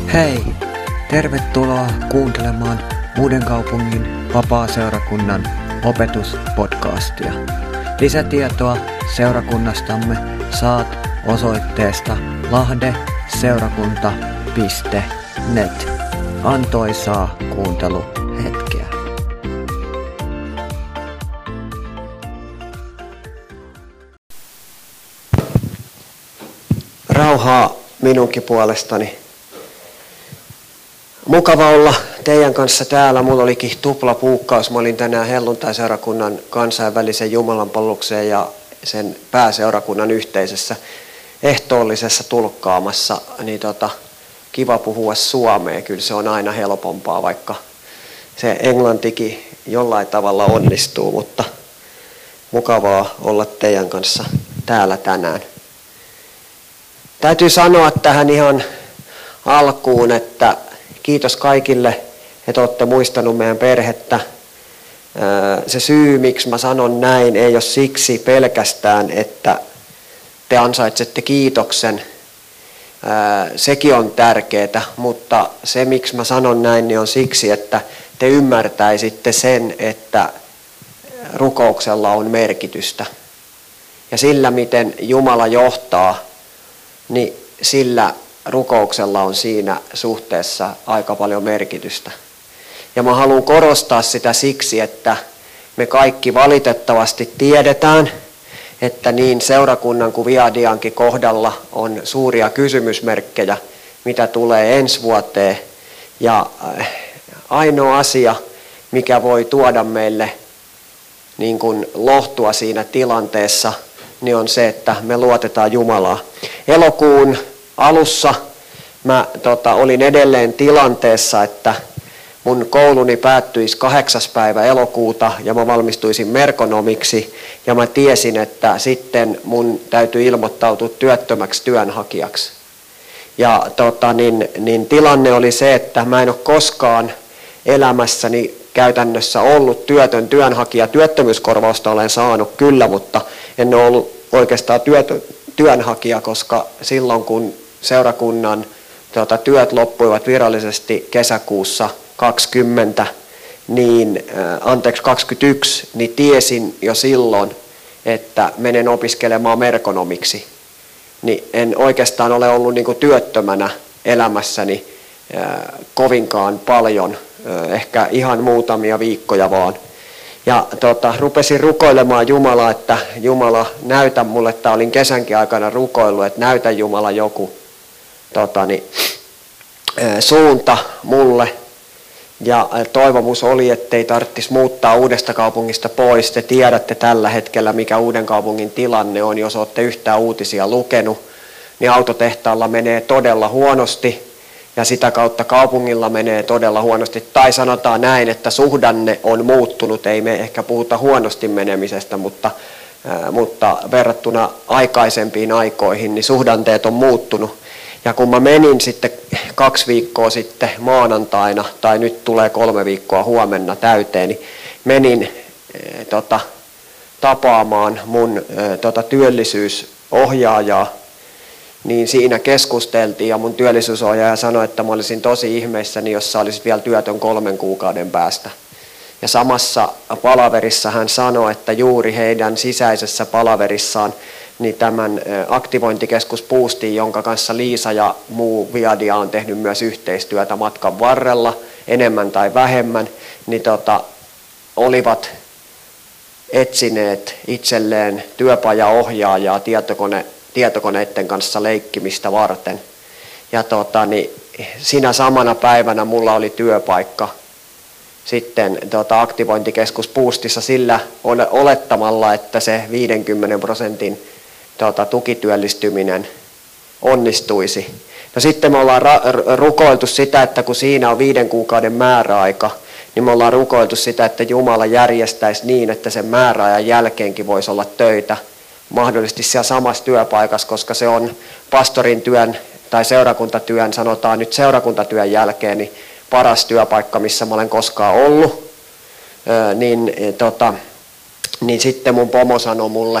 Hei! Tervetuloa kuuntelemaan Uudenkaupungin vapaa-seurakunnan opetuspodcastia. Lisätietoa seurakunnastamme saat osoitteesta lahdeseurakunta.net. Antoisaa kuunteluhetkeä. Rauhaa minunkin puolestani. Mukava olla teidän kanssa täällä. Mulla olikin tuplapuukkaus. Mä olin tänään helluntai-seurakunnan kansainvälisen jumalanpalvelukseen ja sen pääseurakunnan yhteisessä ehtoollisessa tulkkaamassa. Niin kiva puhua suomea. Kyllä se on aina helpompaa, vaikka se englantikin jollain tavalla onnistuu, mutta mukavaa olla teidän kanssa täällä tänään. Täytyy sanoa tähän ihan alkuun, että kiitos kaikille, että olette muistanut meidän perhettä. Se syy, miksi mä sanon näin, ei ole siksi pelkästään, että te ansaitsette kiitoksen. Sekin on tärkeää, mutta se, miksi mä sanon näin, niin on siksi, että te ymmärtäisitte sen, että rukouksella on merkitystä. Ja sillä, miten Jumala johtaa, niin sillä rukouksella on siinä suhteessa aika paljon merkitystä. Ja mä haluan korostaa sitä siksi, että me kaikki valitettavasti tiedetään, että niin seurakunnan kuin Viadiankin kohdalla on suuria kysymysmerkkejä, mitä tulee ensi vuoteen. Ja ainoa asia, mikä voi tuoda meille niin kuin lohtua siinä tilanteessa, niin on se, että me luotetaan Jumalaa. Elokuun alussa mä olin edelleen tilanteessa, että mun kouluni päättyisi 8. päivä elokuuta ja mä valmistuisin merkonomiksi ja mä tiesin, että sitten mun täytyy ilmoittautua työttömäksi työnhakijaksi. Ja tilanne oli se, että mä en ole koskaan elämässäni käytännössä ollut työtön työnhakija. Työttömyyskorvausta olen saanut kyllä, mutta en ole ollut oikeastaan työtön työnhakija, koska silloin kun seurakunnan työt loppuivat virallisesti kesäkuussa 2021, niin tiesin jo silloin, että menen opiskelemaan merkonomiksi. Niin en oikeastaan ole ollut niin kuin työttömänä elämässäni kovinkaan paljon, ehkä ihan muutamia viikkoja vaan. Ja rupesin rukoilemaan Jumalaa, että Jumala näytä mulle, että olin kesänkin aikana rukoillut, että näytä Jumala joku suunta mulle. Ja toivomus oli, ettei tarvitsisi muuttaa Uudestakaupungista pois. Te tiedätte tällä hetkellä, mikä Uudenkaupungin tilanne on, jos olette yhtään uutisia lukenut. Niin autotehtaalla menee todella huonosti. Ja sitä kautta kaupungilla menee todella huonosti. Tai sanotaan näin, että suhdanne on muuttunut. Ei me ehkä puhuta huonosti menemisestä, mutta verrattuna aikaisempiin aikoihin, niin suhdanteet on muuttunut. Ja kun mä menin sitten 2 viikkoa sitten maanantaina, tai nyt tulee 3 viikkoa huomenna täyteen, niin menin tapaamaan mun työllisyysohjaajaa. Niin siinä keskusteltiin ja mun työllisyysohjaaja sanoi, että mä olisin tosi ihmeissäni, jos sä olisit vielä työtön 3 kuukauden päästä. Ja samassa palaverissa hän sanoi, että juuri heidän sisäisessä palaverissaan niin tämän aktivointikeskus Boostin, jonka kanssa Liisa ja muu Viadia on tehnyt myös yhteistyötä matkan varrella, enemmän tai vähemmän, niin olivat etsineet itselleen työpajaohjaajaa tietokoneiden kanssa leikkimistä varten. Ja sinä samana päivänä mulla oli työpaikka sitten aktivointikeskus Boostissa sillä olettamalla, että se 50% tukityöllistyminen onnistuisi. No sitten me ollaan rukoiltu sitä, että kun siinä on 5 kuukauden määräaika, niin me ollaan rukoiltu sitä, että Jumala järjestäisi niin, että sen määräajan jälkeenkin voisi olla töitä mahdollisesti siellä samassa työpaikassa, koska se on pastorin työn tai seurakuntatyön, sanotaan nyt seurakuntatyön jälkeen, niin paras työpaikka, missä mä olen koskaan ollut. Niin sitten mun pomo sanoi mulle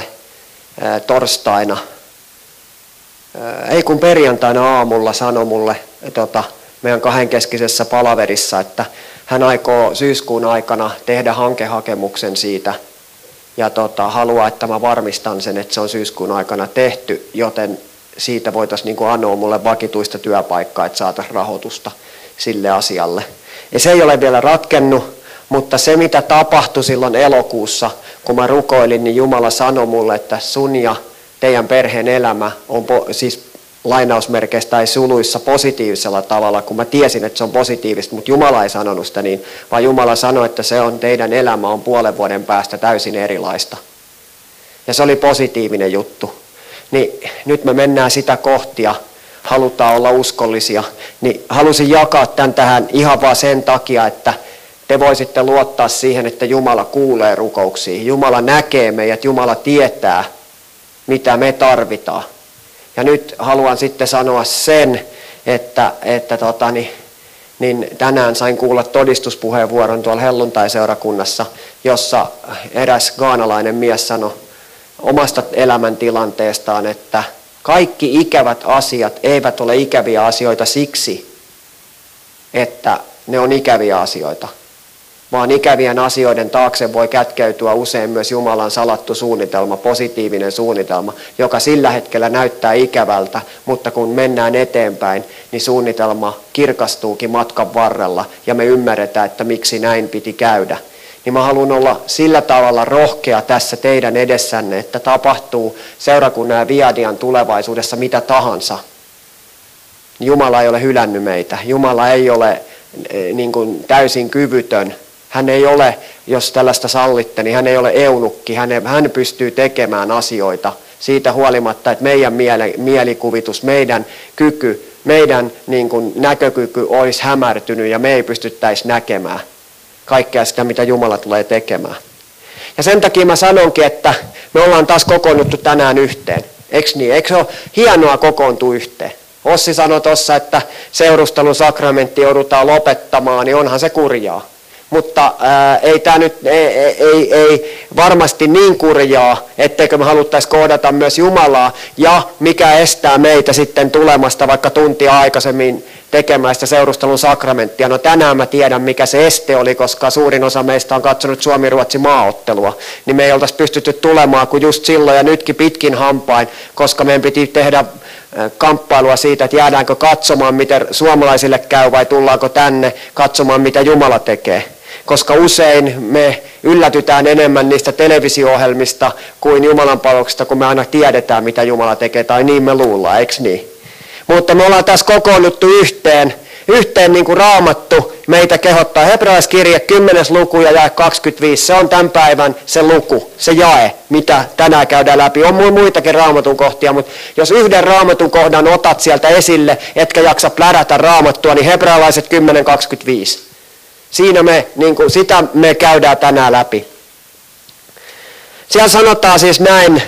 perjantaina aamulla sanoi mulle meidän kahdenkeskisessä palaverissa, että hän aikoo syyskuun aikana tehdä hankehakemuksen siitä ja haluaa, että mä varmistan sen, että se on syyskuun aikana tehty, joten siitä voitaisiin niin kuin anoa mulle vakituista työpaikkaa, että saataisiin rahoitusta sille asialle. Ja se ei ole vielä ratkennut, mutta se mitä tapahtui silloin elokuussa, kun mä rukoilin, niin Jumala sanoi mulle, että sun ja teidän perheen elämä on siis lainausmerkeistä tai suluissa positiivisella tavalla, kun mä tiesin, että se on positiivista, mutta Jumala ei sanonut sitä niin, vaan Jumala sanoi, että se on teidän elämä on puolen vuoden päästä täysin erilaista. Ja se oli positiivinen juttu. Niin nyt me mennään sitä kohti ja halutaan olla uskollisia, niin halusin jakaa tämän tähän ihan vaan sen takia, että te voisitte luottaa siihen, että Jumala kuulee rukouksia. Jumala näkee meidät, Jumala tietää, mitä me tarvitaan. Ja nyt haluan sitten sanoa sen, että tänään sain kuulla todistuspuheenvuoron tuolla helluntaiseurakunnassa, jossa eräs ghanalainen mies sanoi omasta elämäntilanteestaan, että kaikki ikävät asiat eivät ole ikäviä asioita siksi, että ne on ikäviä asioita, vaan ikävien asioiden taakse voi kätkeytyä usein myös Jumalan salattu suunnitelma, positiivinen suunnitelma, joka sillä hetkellä näyttää ikävältä, mutta kun mennään eteenpäin, niin suunnitelma kirkastuukin matkan varrella ja me ymmärretään, että miksi näin piti käydä. Niin mä haluan olla sillä tavalla rohkea tässä teidän edessänne, että tapahtuu seurakunnan ja Viadian tulevaisuudessa mitä tahansa. Jumala ei ole hylännyt meitä. Jumala ei ole niin kuin täysin kyvytön. Hän ei ole, jos tällaista sallitte, niin hän ei ole eunukki. Hän pystyy tekemään asioita siitä huolimatta, että meidän mielikuvitus, meidän kyky, meidän niin kuin näkökyky olisi hämärtynyt ja me ei pystyttäisi näkemään kaikkea sitä, mitä Jumala tulee tekemään. Ja sen takia mä sanonkin, että me ollaan taas kokoonnuttu tänään yhteen. Eikö niin? Eikö se ole hienoa kokoontua yhteen? Ossi sanoi tuossa, että seurustelun sakramentti joudutaan lopettamaan, niin onhan se kurjaa. Mutta ei tämä nyt ei varmasti niin kurjaa, etteikö me haluttaisi kohdata myös Jumalaa, ja mikä estää meitä sitten tulemasta vaikka tuntia aikaisemmin tekemään sitä seurustelun sakramenttia. No tänään mä tiedän, mikä se este oli, koska suurin osa meistä on katsonut Suomi-Ruotsi maaottelua, niin me ei oltaisi pystytty tulemaan kuin just silloin ja nytkin pitkin hampain, koska meidän piti tehdä kamppailua siitä, että jäädäänkö katsomaan, miten suomalaisille käy vai tullaanko tänne katsomaan, mitä Jumala tekee. Koska usein me yllätytään enemmän niistä televisio-ohjelmista kuin Jumalan palveluksista, kun me aina tiedetään, mitä Jumala tekee, tai niin me luullaan, eikö niin? Mutta me ollaan tässä kokoonnuttu yhteen niin kuin Raamattu meitä kehottaa. Hebrealaiskirje 10. luku ja jae 25, se on tämän päivän se luku, se jae, mitä tänään käydään läpi. On muitakin Raamatun kohtia, mutta jos yhden Raamatun kohdan otat sieltä esille, etkä jaksa plärätä Raamattua, niin Hebrealaiset 10.25. Siinä sitä me käydään tänään läpi. Siellä sanotaan siis näin,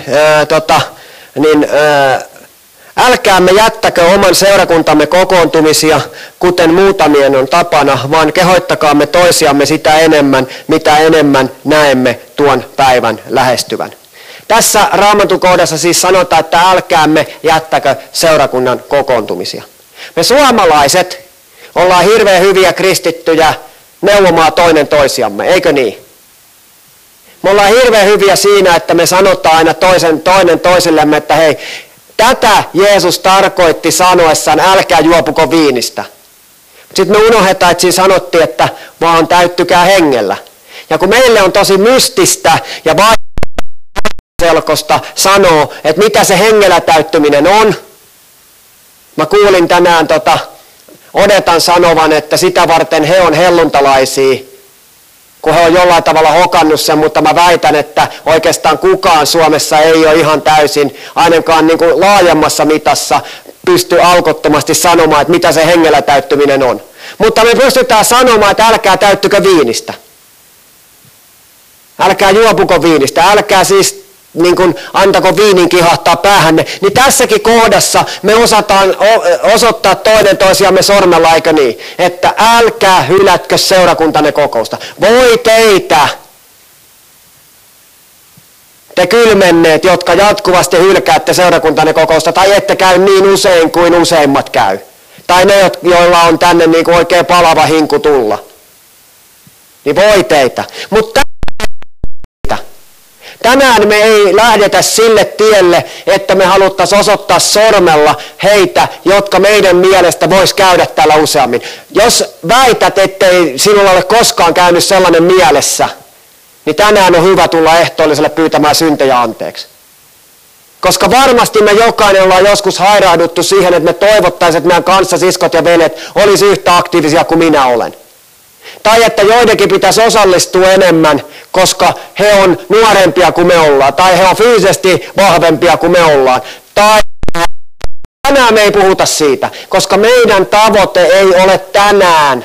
älkäämme jättäkö oman seurakuntamme kokoontumisia, kuten muutamien on tapana, vaan kehoittakaamme toisiamme sitä enemmän, mitä enemmän näemme tuon päivän lähestyvän. Tässä Raamatun kohdassa siis sanotaan, että älkäämme jättäkö seurakunnan kokoontumisia. Me suomalaiset ollaan hirveän hyviä kristittyjä neuvomaan toinen toisiamme, eikö niin? Me ollaan hirveän hyviä siinä, että me sanotaan aina toinen toisillemme, että hei, tätä Jeesus tarkoitti sanoessaan, älkää juopuko viinistä. Sitten me unohdetaan, että siinä sanottiin, että vaan täyttykää hengellä. Ja kun meille on tosi mystistä ja selkosta sanoo, että mitä se hengellä täyttyminen on. Mä kuulin tänään Odetan sanovan, että sitä varten he on helluntalaisia, kun he on jollain tavalla hokannut sen, mutta mä väitän, että oikeastaan kukaan Suomessa ei ole ihan täysin, ainakaan niin kuin laajemmassa mitassa, pysty alkottomasti sanomaan, että mitä se hengellä täyttyminen on. Mutta me pystytään sanomaan, että älkää täyttykö viinistä. Älkää juopuko viinistä, älkää siis niin kuin antako viinin kihahtaa päähänne, niin tässäkin kohdassa me osataan osoittaa toinen toisiamme sormella, eikö niin? Että älkää hylätkö seurakuntanne kokousta. Voi teitä, te kylmenneet, jotka jatkuvasti hylkäätte seurakuntanne kokousta, tai ette käy niin usein kuin useimmat käy. tai ne, joilla on tänne niin kuin oikein palava hinku tulla. Niin voi teitä. Mutta tänään me ei lähdetä sille tielle, että me haluttaisiin osoittaa sormella heitä, jotka meidän mielestä vois käydä täällä useammin. Jos väität, ettei sinulla ole koskaan käynyt sellainen mielessä, niin tänään on hyvä tulla ehtoolliselle pyytämään syntejä anteeksi. Koska varmasti me jokainen ollaan joskus hairahduttu siihen, että me toivottaisiin, että meidän kanssasiskot ja veljet olisi yhtä aktiivisia kuin minä olen. Tai että joidenkin pitäisi osallistua enemmän, koska he on nuorempia kuin me ollaan. Tai he on fyysisesti vahvempia kuin me ollaan. Tai tänään me ei puhuta siitä, koska meidän tavoite ei ole tänään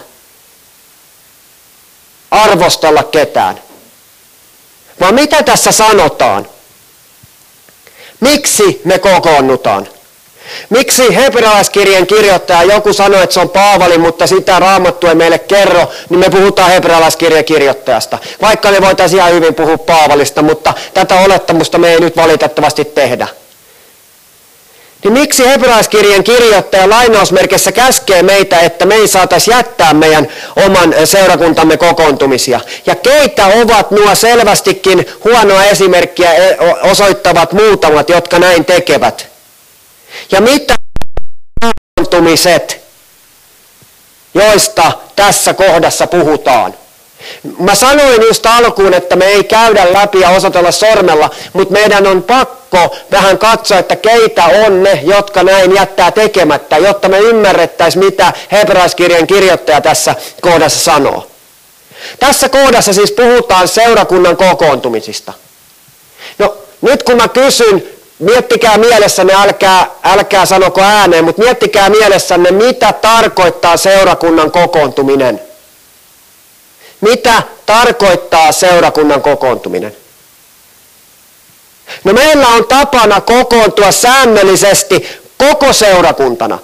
arvostella ketään. Vaan mitä tässä sanotaan? Miksi me kokoonnutaan? Miksi hebrealaiskirjeen kirjoittaja, joku sanoi, että se on Paavali, mutta sitä Raamattu ei meille kerro, niin me puhutaan hebrealaiskirjeen kirjoittajasta. Vaikka ne voitaisiin ihan hyvin puhua Paavalista, mutta tätä olettamusta me ei nyt valitettavasti tehdä. Niin miksi hebrealaiskirjeen kirjoittaja lainausmerkissä käskee meitä, että me ei saataisi jättää meidän oman seurakuntamme kokoontumisia? Ja keitä ovat nuo selvästikin huonoa esimerkkiä osoittavat muutamat, jotka näin tekevät? Ja mitä kokoontumiset, joista tässä kohdassa puhutaan? Mä sanoin just alkuun, että me ei käydä läpi ja osoitella sormella, mutta meidän on pakko vähän katsoa, että keitä on ne, jotka näin jättää tekemättä, jotta me ymmärrettäisiin, mitä hebrealaiskirjan kirjoittaja tässä kohdassa sanoo. Tässä kohdassa siis puhutaan seurakunnan kokoontumisista. No nyt kun mä kysyn, miettikää mielessänne, älkää sanoko ääneen, mutta miettikää mielessänne, mitä tarkoittaa seurakunnan kokoontuminen. Mitä tarkoittaa seurakunnan kokoontuminen? No meillä on tapana kokoontua säännöllisesti koko seurakuntana.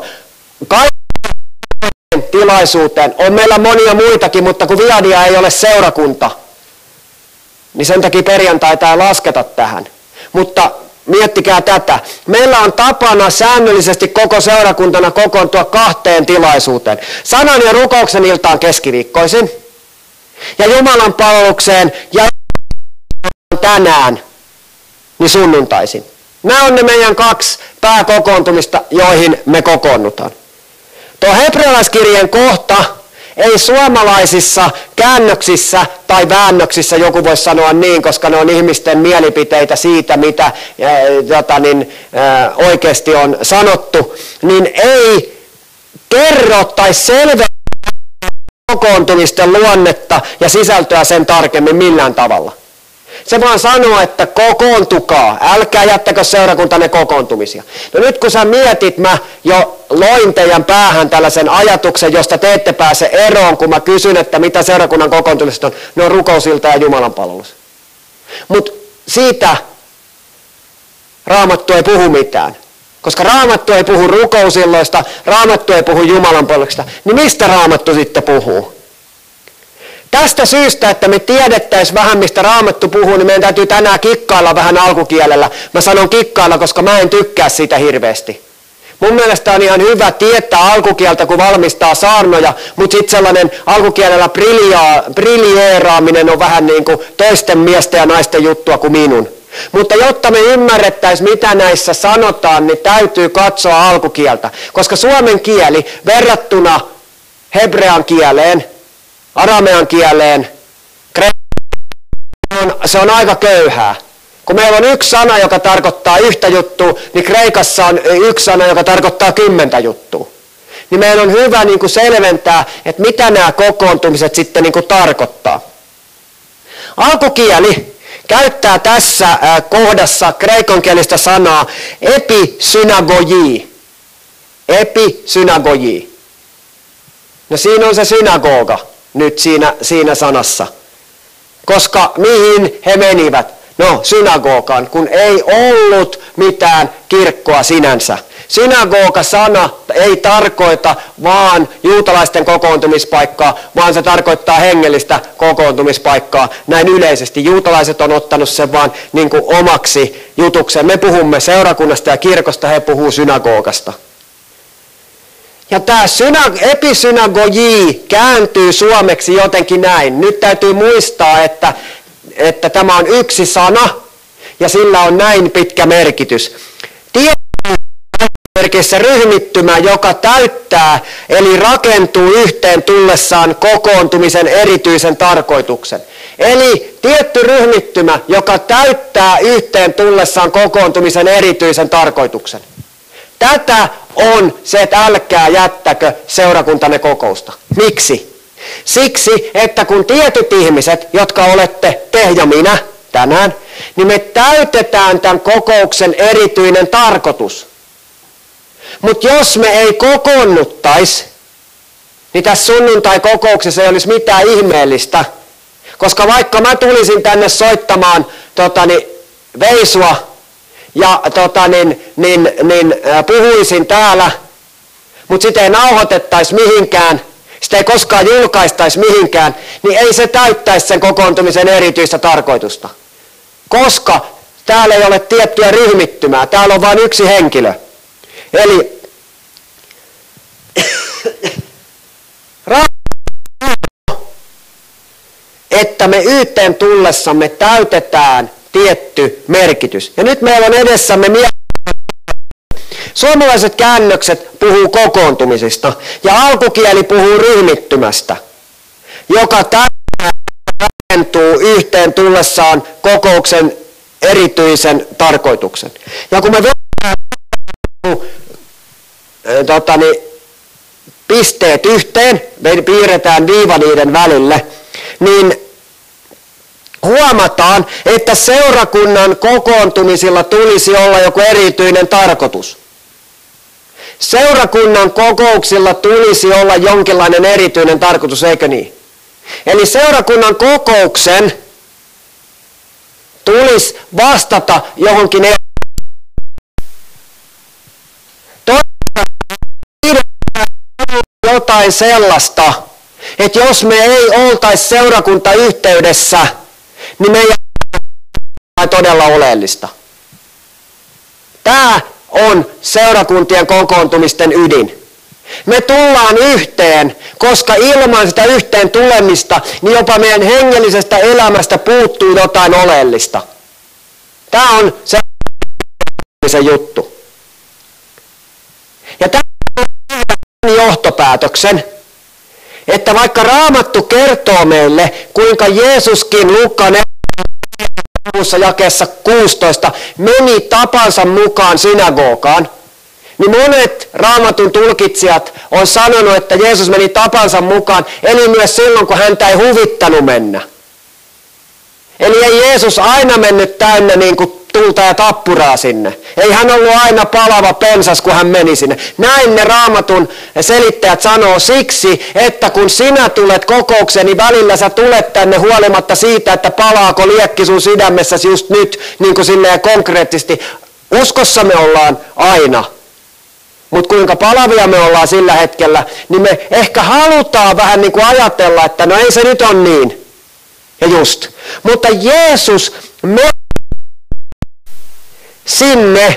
Kaikkeen tilaisuuteen. On meillä monia muitakin, mutta kun Viadia ei ole seurakunta, niin sen takia perjantaita ei lasketa tähän. Mutta miettikää tätä. Meillä on tapana säännöllisesti koko seurakuntana kokoontua 2 tilaisuuteen. Sanan ja rukouksen iltaan keskiviikkoisin ja Jumalan palvelukseen ja tänään niin sunnuntaisin. Nämä on ne meidän 2 pääkokoontumista, joihin me kokoonnutaan. Tuo hebrealaiskirjeen kohta ei suomalaisissa käännöksissä tai väännöksissä, joku voisi sanoa niin, koska ne on ihmisten mielipiteitä siitä, mitä oikeasti on sanottu, niin ei kerro tai selvä kokoontumisten luonnetta ja sisältöä sen tarkemmin millään tavalla. Se vaan sanoo, että kokoontukaa, älkää jättäkö seurakuntanne kokoontumisia. No nyt kun sä mietit, mä jo loin teidän päähän tällaisen ajatuksen, josta te ette pääse eroon, kun mä kysyn, että mitä seurakunnan kokoontumiset on. Ne on rukousilta ja Jumalan palvelus. Mutta siitä Raamattu ei puhu mitään. Koska Raamattu ei puhu rukousilloista, Raamattu ei puhu Jumalan palveluksesta, niin mistä Raamattu sitten puhuu? Tästä syystä, että me tiedettäisiin vähän, mistä Raamattu puhuu, niin meidän täytyy tänään kikkailla vähän alkukielellä. Mä sanon kikkailla, koska mä en tykkää siitä hirveästi. Mun mielestä on ihan hyvä tietää alkukieltä, kun valmistaa saarnoja, mutta sitten sellainen alkukielellä briljeeraaminen on vähän niin kuin toisten miesten ja naisten juttua kuin minun. Mutta jotta me ymmärrettäisiin, mitä näissä sanotaan, niin täytyy katsoa alkukieltä. Koska suomen kieli verrattuna hebrean kieleen, aramean kieleen, se on aika köyhää. Kun meillä on 1 sana, joka tarkoittaa yhtä juttua, niin kreikassa on 1 sana, joka tarkoittaa 10 juttua. Niin meidän on hyvä niin kuin selventää, että mitä nämä kokoontumiset sitten niin kuin tarkoittaa. Alkukieli käyttää tässä kohdassa kreikankielistä sanaa episynagogii. Episynagogii. No siinä on se synagoga nyt siinä sanassa. Koska mihin he menivät? No synagogaan, kun ei ollut mitään kirkkoa sinänsä. Synagoga-sana ei tarkoita vaan juutalaisten kokoontumispaikkaa, vaan se tarkoittaa hengellistä kokoontumispaikkaa. Näin yleisesti. Juutalaiset on ottanut sen vaan niin kuin omaksi jutukseen. Me puhumme seurakunnasta ja kirkosta, he puhuu synagogasta. Ja tämä episynagogi kääntyy suomeksi jotenkin näin. Nyt täytyy muistaa, että tämä on yksi sana ja sillä on näin pitkä merkitys. Merkissä ryhmittymä, joka täyttää eli rakentuu yhteen tullessaan kokoontumisen erityisen tarkoituksen. Eli tietty ryhmittymä, joka täyttää yhteen tullessaan kokoontumisen erityisen tarkoituksen. Tätä on se, että älkää jättäkö seurakuntanne kokousta. Miksi? Siksi, että kun tietyt ihmiset, jotka olette te ja minä tänään, niin me täytetään tämän kokouksen erityinen tarkoitus. Mutta jos me ei kokoonnuttaisi, niin tässä sunnuntai-kokouksessa ei olisi mitään ihmeellistä. Koska vaikka mä tulisin tänne soittamaan veisua ja puhuisin täällä, mutta sitä ei nauhoitettaisi mihinkään, sitä ei koskaan julkaistaisi mihinkään, niin ei se täyttäisi sen kokoontumisen erityistä tarkoitusta. Koska täällä ei ole tiettyä ryhmittymää, täällä on vain yksi henkilö. Eli että me yhteen tullessamme täytetään tietty merkitys. Ja nyt meillä on edessämme suomalaiset käännökset puhuu kokoontumisista ja alkukieli puhuu ryhmittymästä, joka rakentuu yhteen tullessaan kokouksen erityisen tarkoituksen. Ja kun me pisteet yhteen, me piirretään viiva niiden välille, niin huomataan, että seurakunnan kokoontumisilla tulisi olla joku erityinen tarkoitus. Seurakunnan kokouksilla tulisi olla jonkinlainen erityinen tarkoitus, eikö niin? Eli seurakunnan kokouksen tulisi vastata johonkin jotain sellaista, että jos me ei oltaisi seurakuntayhteydessä, niin meidän on todella oleellista. Tämä on seurakuntien kokoontumisten ydin. Me tullaan yhteen, koska ilman sitä yhteen tulemista, niin jopa meidän hengellisestä elämästä puuttuu jotain oleellista. Tämä on se juttu. Ja tämä on johtopäätöksen, että vaikka Raamattu kertoo meille, kuinka Jeesuskin Luukkaan jakeessa 16 meni tapansa mukaan synagogaan, niin monet Raamatun tulkitsijat on sanonut, että Jeesus meni tapansa mukaan, eli myös silloin, kun häntä ei huvittanut mennä. Eli ei Jeesus aina mennyt täynnä niin kuin tulta ja tappuraa sinne. Ei hän ollut aina palava pensas, kun hän meni sinne. Näin ne Raamatun selittäjät sanoo siksi, että kun sinä tulet kokoukseen, niin välillä sä tulet tänne huolimatta siitä, että palaako liekki sun sydämessäsi just nyt, niin kuin silleen konkreettisesti. Uskossa me ollaan aina. Mutta kuinka palavia me ollaan sillä hetkellä, niin me ehkä halutaan vähän niin kuin ajatella, että no ei se nyt ole niin. Ja just. Mutta Jeesus sinne,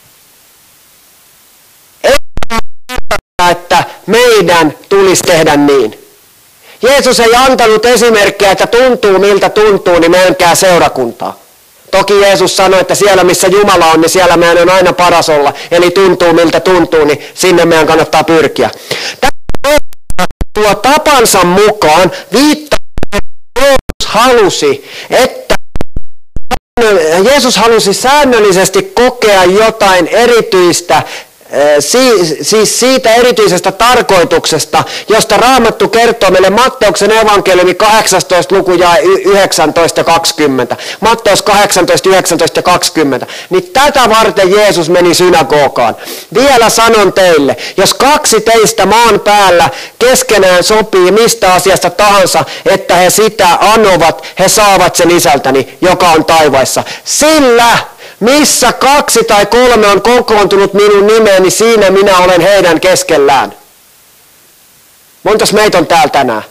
että meidän tulisi tehdä niin. Jeesus ei antanut esimerkkejä, että tuntuu miltä tuntuu, niin menkää seurakuntaa. Toki Jeesus sanoi, että siellä missä Jumala on, niin siellä meidän on aina paras olla. Eli tuntuu miltä tuntuu, niin sinne meidän kannattaa pyrkiä. Tuo tapansa mukaan viittaa, Jeesus halusi säännöllisesti kokea jotain erityistä, siis siitä erityisestä tarkoituksesta, josta Raamattu kertoo meille Matteuksen evankeliumi 18 luku ja 19 ja 20. Matteus 18, 19 ja 20. Niin tätä varten Jeesus meni synagogaan. Vielä sanon teille, jos kaksi teistä maan päällä keskenään sopii mistä asiasta tahansa, että he sitä anovat, he saavat sen isältäni, joka on taivaissa. Sillä missä 2 tai 3 on kokoontunut minun nimeeni, siinä minä olen heidän keskellään. Montas meitä on täällä tänään?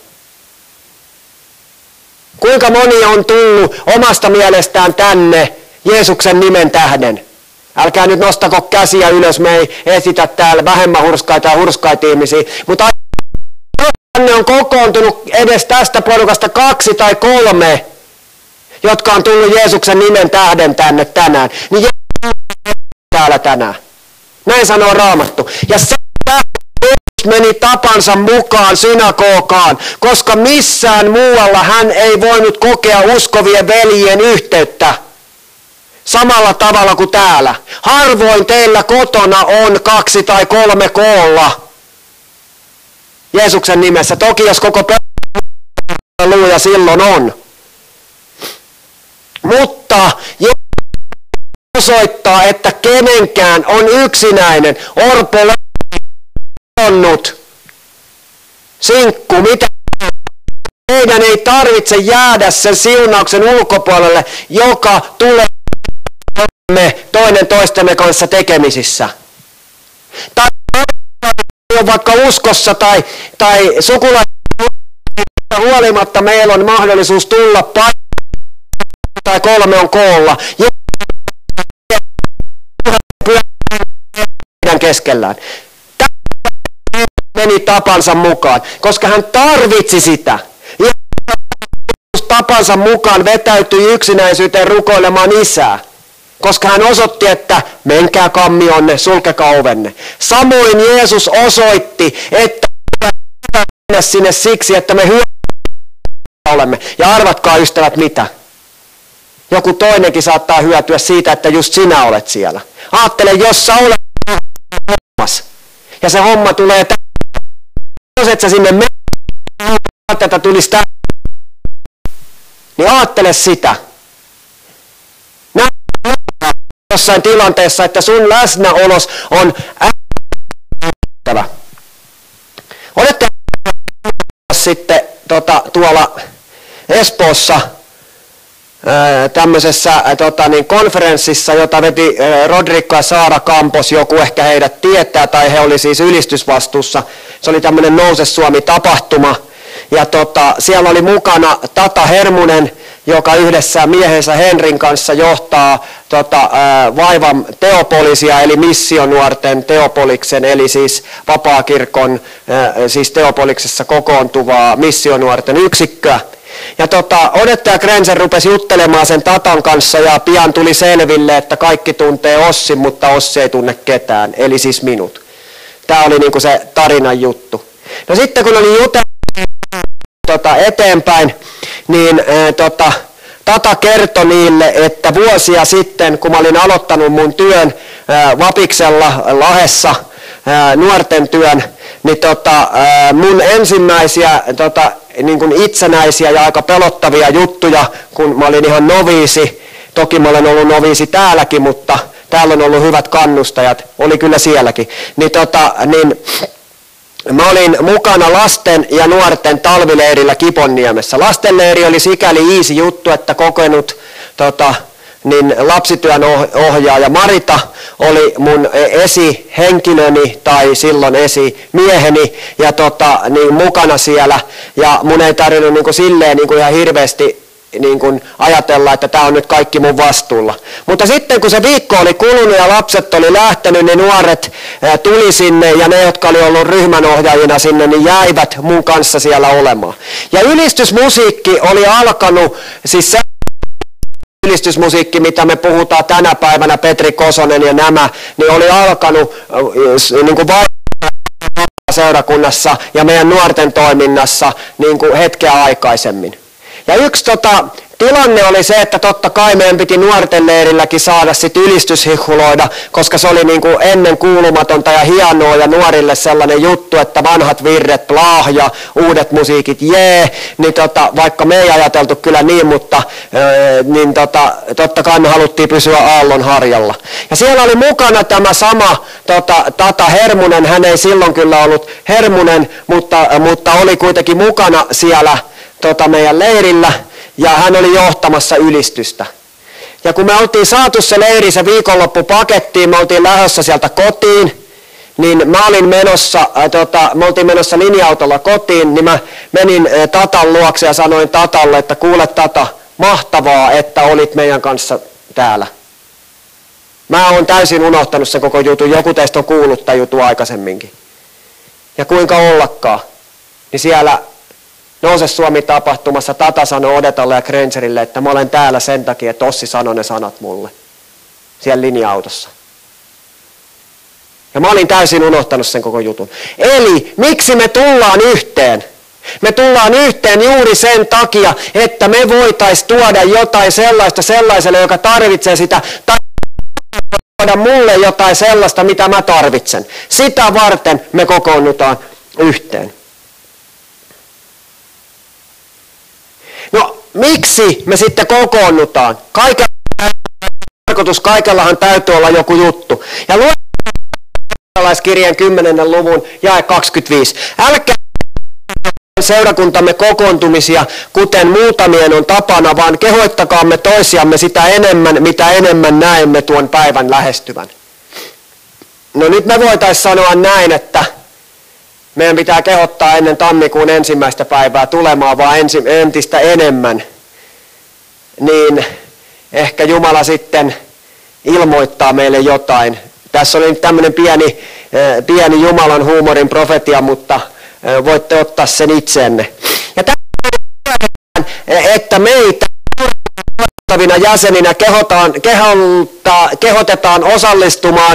Kuinka moni on tullut omasta mielestään tänne Jeesuksen nimen tähden? Älkää nyt nostako käsiä ylös, me ei esitä täällä vähemmän hurskaita ja hurskaita ihmisiä, mutta tänne on kokoontunut edes tästä porukasta 2 tai 3, jotka on tullut Jeesuksen nimen tähden tänne tänään, niin Jeesus täällä tänään. Näin sanoo Raamattu. Ja se meni tapansa mukaan synagogaan, koska missään muualla hän ei voinut kokea uskovien veljien yhteyttä samalla tavalla kuin täällä. Harvoin teillä kotona on 2 tai 3 koolla Jeesuksen nimessä. Toki jos koko halleluja silloin on. Mutta osoittaa, että kenenkään on yksinäinen, orpo, sinkku, mitä meidän ei tarvitse jäädä sen siunauksen ulkopuolelle, joka tulee toinen toistemme kanssa tekemisissä. Tai vaikka uskossa tai sukulaisista huolimatta meillä on mahdollisuus tulla tai 3 on koolla. Meidän keskellään. Tämä meni tapansa mukaan, koska hän tarvitsi sitä. Ja tapansa mukaan vetäytyi yksinäisyyteen rukoilemaan Isää, koska hän osoitti, että menkää kammionne, sulkekaa ovenne. Samoin Jeesus osoitti, että mennä sinne siksi, että me olemme. Ja arvatkaa ystävät mitä? Joku toinenkin saattaa hyötyä siitä, että just sinä olet siellä. Aattele, jos sä olet hommas, ja se homma tulee jos et sä sinne mene, että tulisi niin aattele sitä. Näin jossain tilanteessa, että sun läsnäolos on äättävä. Olette sitten tuolla Espoossa tämmöisessä konferenssissa, jota veti Rodrikko ja Saara Kampos, joku ehkä heidät tietää, tai he oli siis ylistysvastuussa. Se oli tämmöinen Nouse Suomi-tapahtuma, ja siellä oli mukana Tata Hermunen, joka yhdessä miehensä Henrin kanssa johtaa Vaivan Teopolisia, eli missionuorten Teopoliksen, eli siis vapaakirkon, siis Teopoliksessa kokoontuvaa missionuorten yksikköä. Ja odottaja Grensen rupesi juttelemaan sen Tatan kanssa ja pian tuli selville, että kaikki tuntee Ossin, mutta Ossi ei tunne ketään, eli siis minut. Tämä oli niinku se tarinan juttu. No sitten kun oli jutellut eteenpäin, niin Tata kertoi niille, että vuosia sitten, kun mä olin aloittanut mun työn Vapiksella Lahessa, nuorten työn, niin mun ensimmäisiä niin kuin itsenäisiä ja aika pelottavia juttuja, kun mä olin ihan noviisi. Toki mä olen ollut noviisi täälläkin, mutta täällä on ollut hyvät kannustajat, oli kyllä sielläkin. Niin mä olin mukana lasten ja nuorten talvileirillä Kiponniemessä. Lastenleiri oli sikäli easy juttu, että kokenut niin lapsityön ohjaaja Marita oli mun esihenkilöni tai silloin esimieheni ja niin mukana siellä ja mun ei tarvinnut niin kuin silleen niin kuin ihan hirveästi niin kuin ajatella, että tämä on nyt kaikki mun vastuulla. Mutta sitten kun se viikko oli kulunut ja lapset oli lähtenyt, niin nuoret tuli sinne ja ne, jotka oli ollut ryhmänohjaajina sinne, niin jäivät mun kanssa siellä olemaan. Ja ylistysmusiikki oli alkanut, siis se ylistysmusiikki, mitä me puhutaan tänä päivänä, Petri Kosonen ja nämä, niin oli alkanut niin kuin seurakunnassa ja meidän nuorten toiminnassa niin kuin hetkeä aikaisemmin. Ja yksi tilanne oli se, että totta kai meidän piti nuorten leirilläkin saada sit ylistyshihuloida, koska se oli niin kuin ennen kuulumatonta ja hienoa ja nuorille sellainen juttu, että vanhat virret plaah ja uudet musiikit jee, niin vaikka me ei ajateltu kyllä niin, mutta niin totta kai me haluttiin pysyä aallon harjalla. Ja siellä oli mukana tämä sama Tata Hermunen, hän ei silloin kyllä ollut Hermunen, mutta oli kuitenkin mukana siellä meidän leirillä ja hän oli johtamassa ylistystä. Ja kun me oltiin saatu se leiri, se viikonloppu pakettiin, me oltiin lähdössä sieltä kotiin, niin mä olin menossa, me oltiin menossa linja-autolla kotiin, niin mä menin Tatan luokse ja sanoin Tatalle, että kuule Tata, mahtavaa, että olit meidän kanssa täällä. Mä oon täysin unohtanut sen koko jutun. Joku teistä on kuullut tämän jutun aikaisemminkin. Ja kuinka ollakaan, niin siellä Nouse Suomi-tapahtumassa Tata sanoi Odetalle ja Grangerille, että mä olen täällä sen takia, että Ossi sanoi ne sanat mulle. Siellä linja-autossa. Ja mä olin täysin unohtanut sen koko jutun. Eli miksi me tullaan yhteen? Me tullaan yhteen juuri sen takia, että me voitaisiin tuoda jotain sellaista sellaiselle, joka tarvitsee sitä, tai tuoda mulle jotain sellaista, mitä mä tarvitsen. Sitä varten me kokoonnutaan yhteen. No, miksi me sitten kokoonnutaan? Kaikellahan täytyy olla joku juttu. Ja luottalaiskirjan 10. luvun jae 25. Älkää seurakuntamme kokoontumisia, kuten muutamien on tapana, vaan kehoittakaamme toisiamme sitä enemmän, mitä enemmän näemme tuon päivän lähestyvän. No nyt me voitaisiin sanoa näin, että meidän pitää kehottaa ennen tammikuun 1. päivää tulemaan vaan entistä enemmän, niin ehkä Jumala sitten ilmoittaa meille jotain. Tässä oli tämmöinen pieni Jumalan huumorin profetia, mutta voitte ottaa sen itseenne. Ja että meitä jäseninä kehotetaan osallistumaan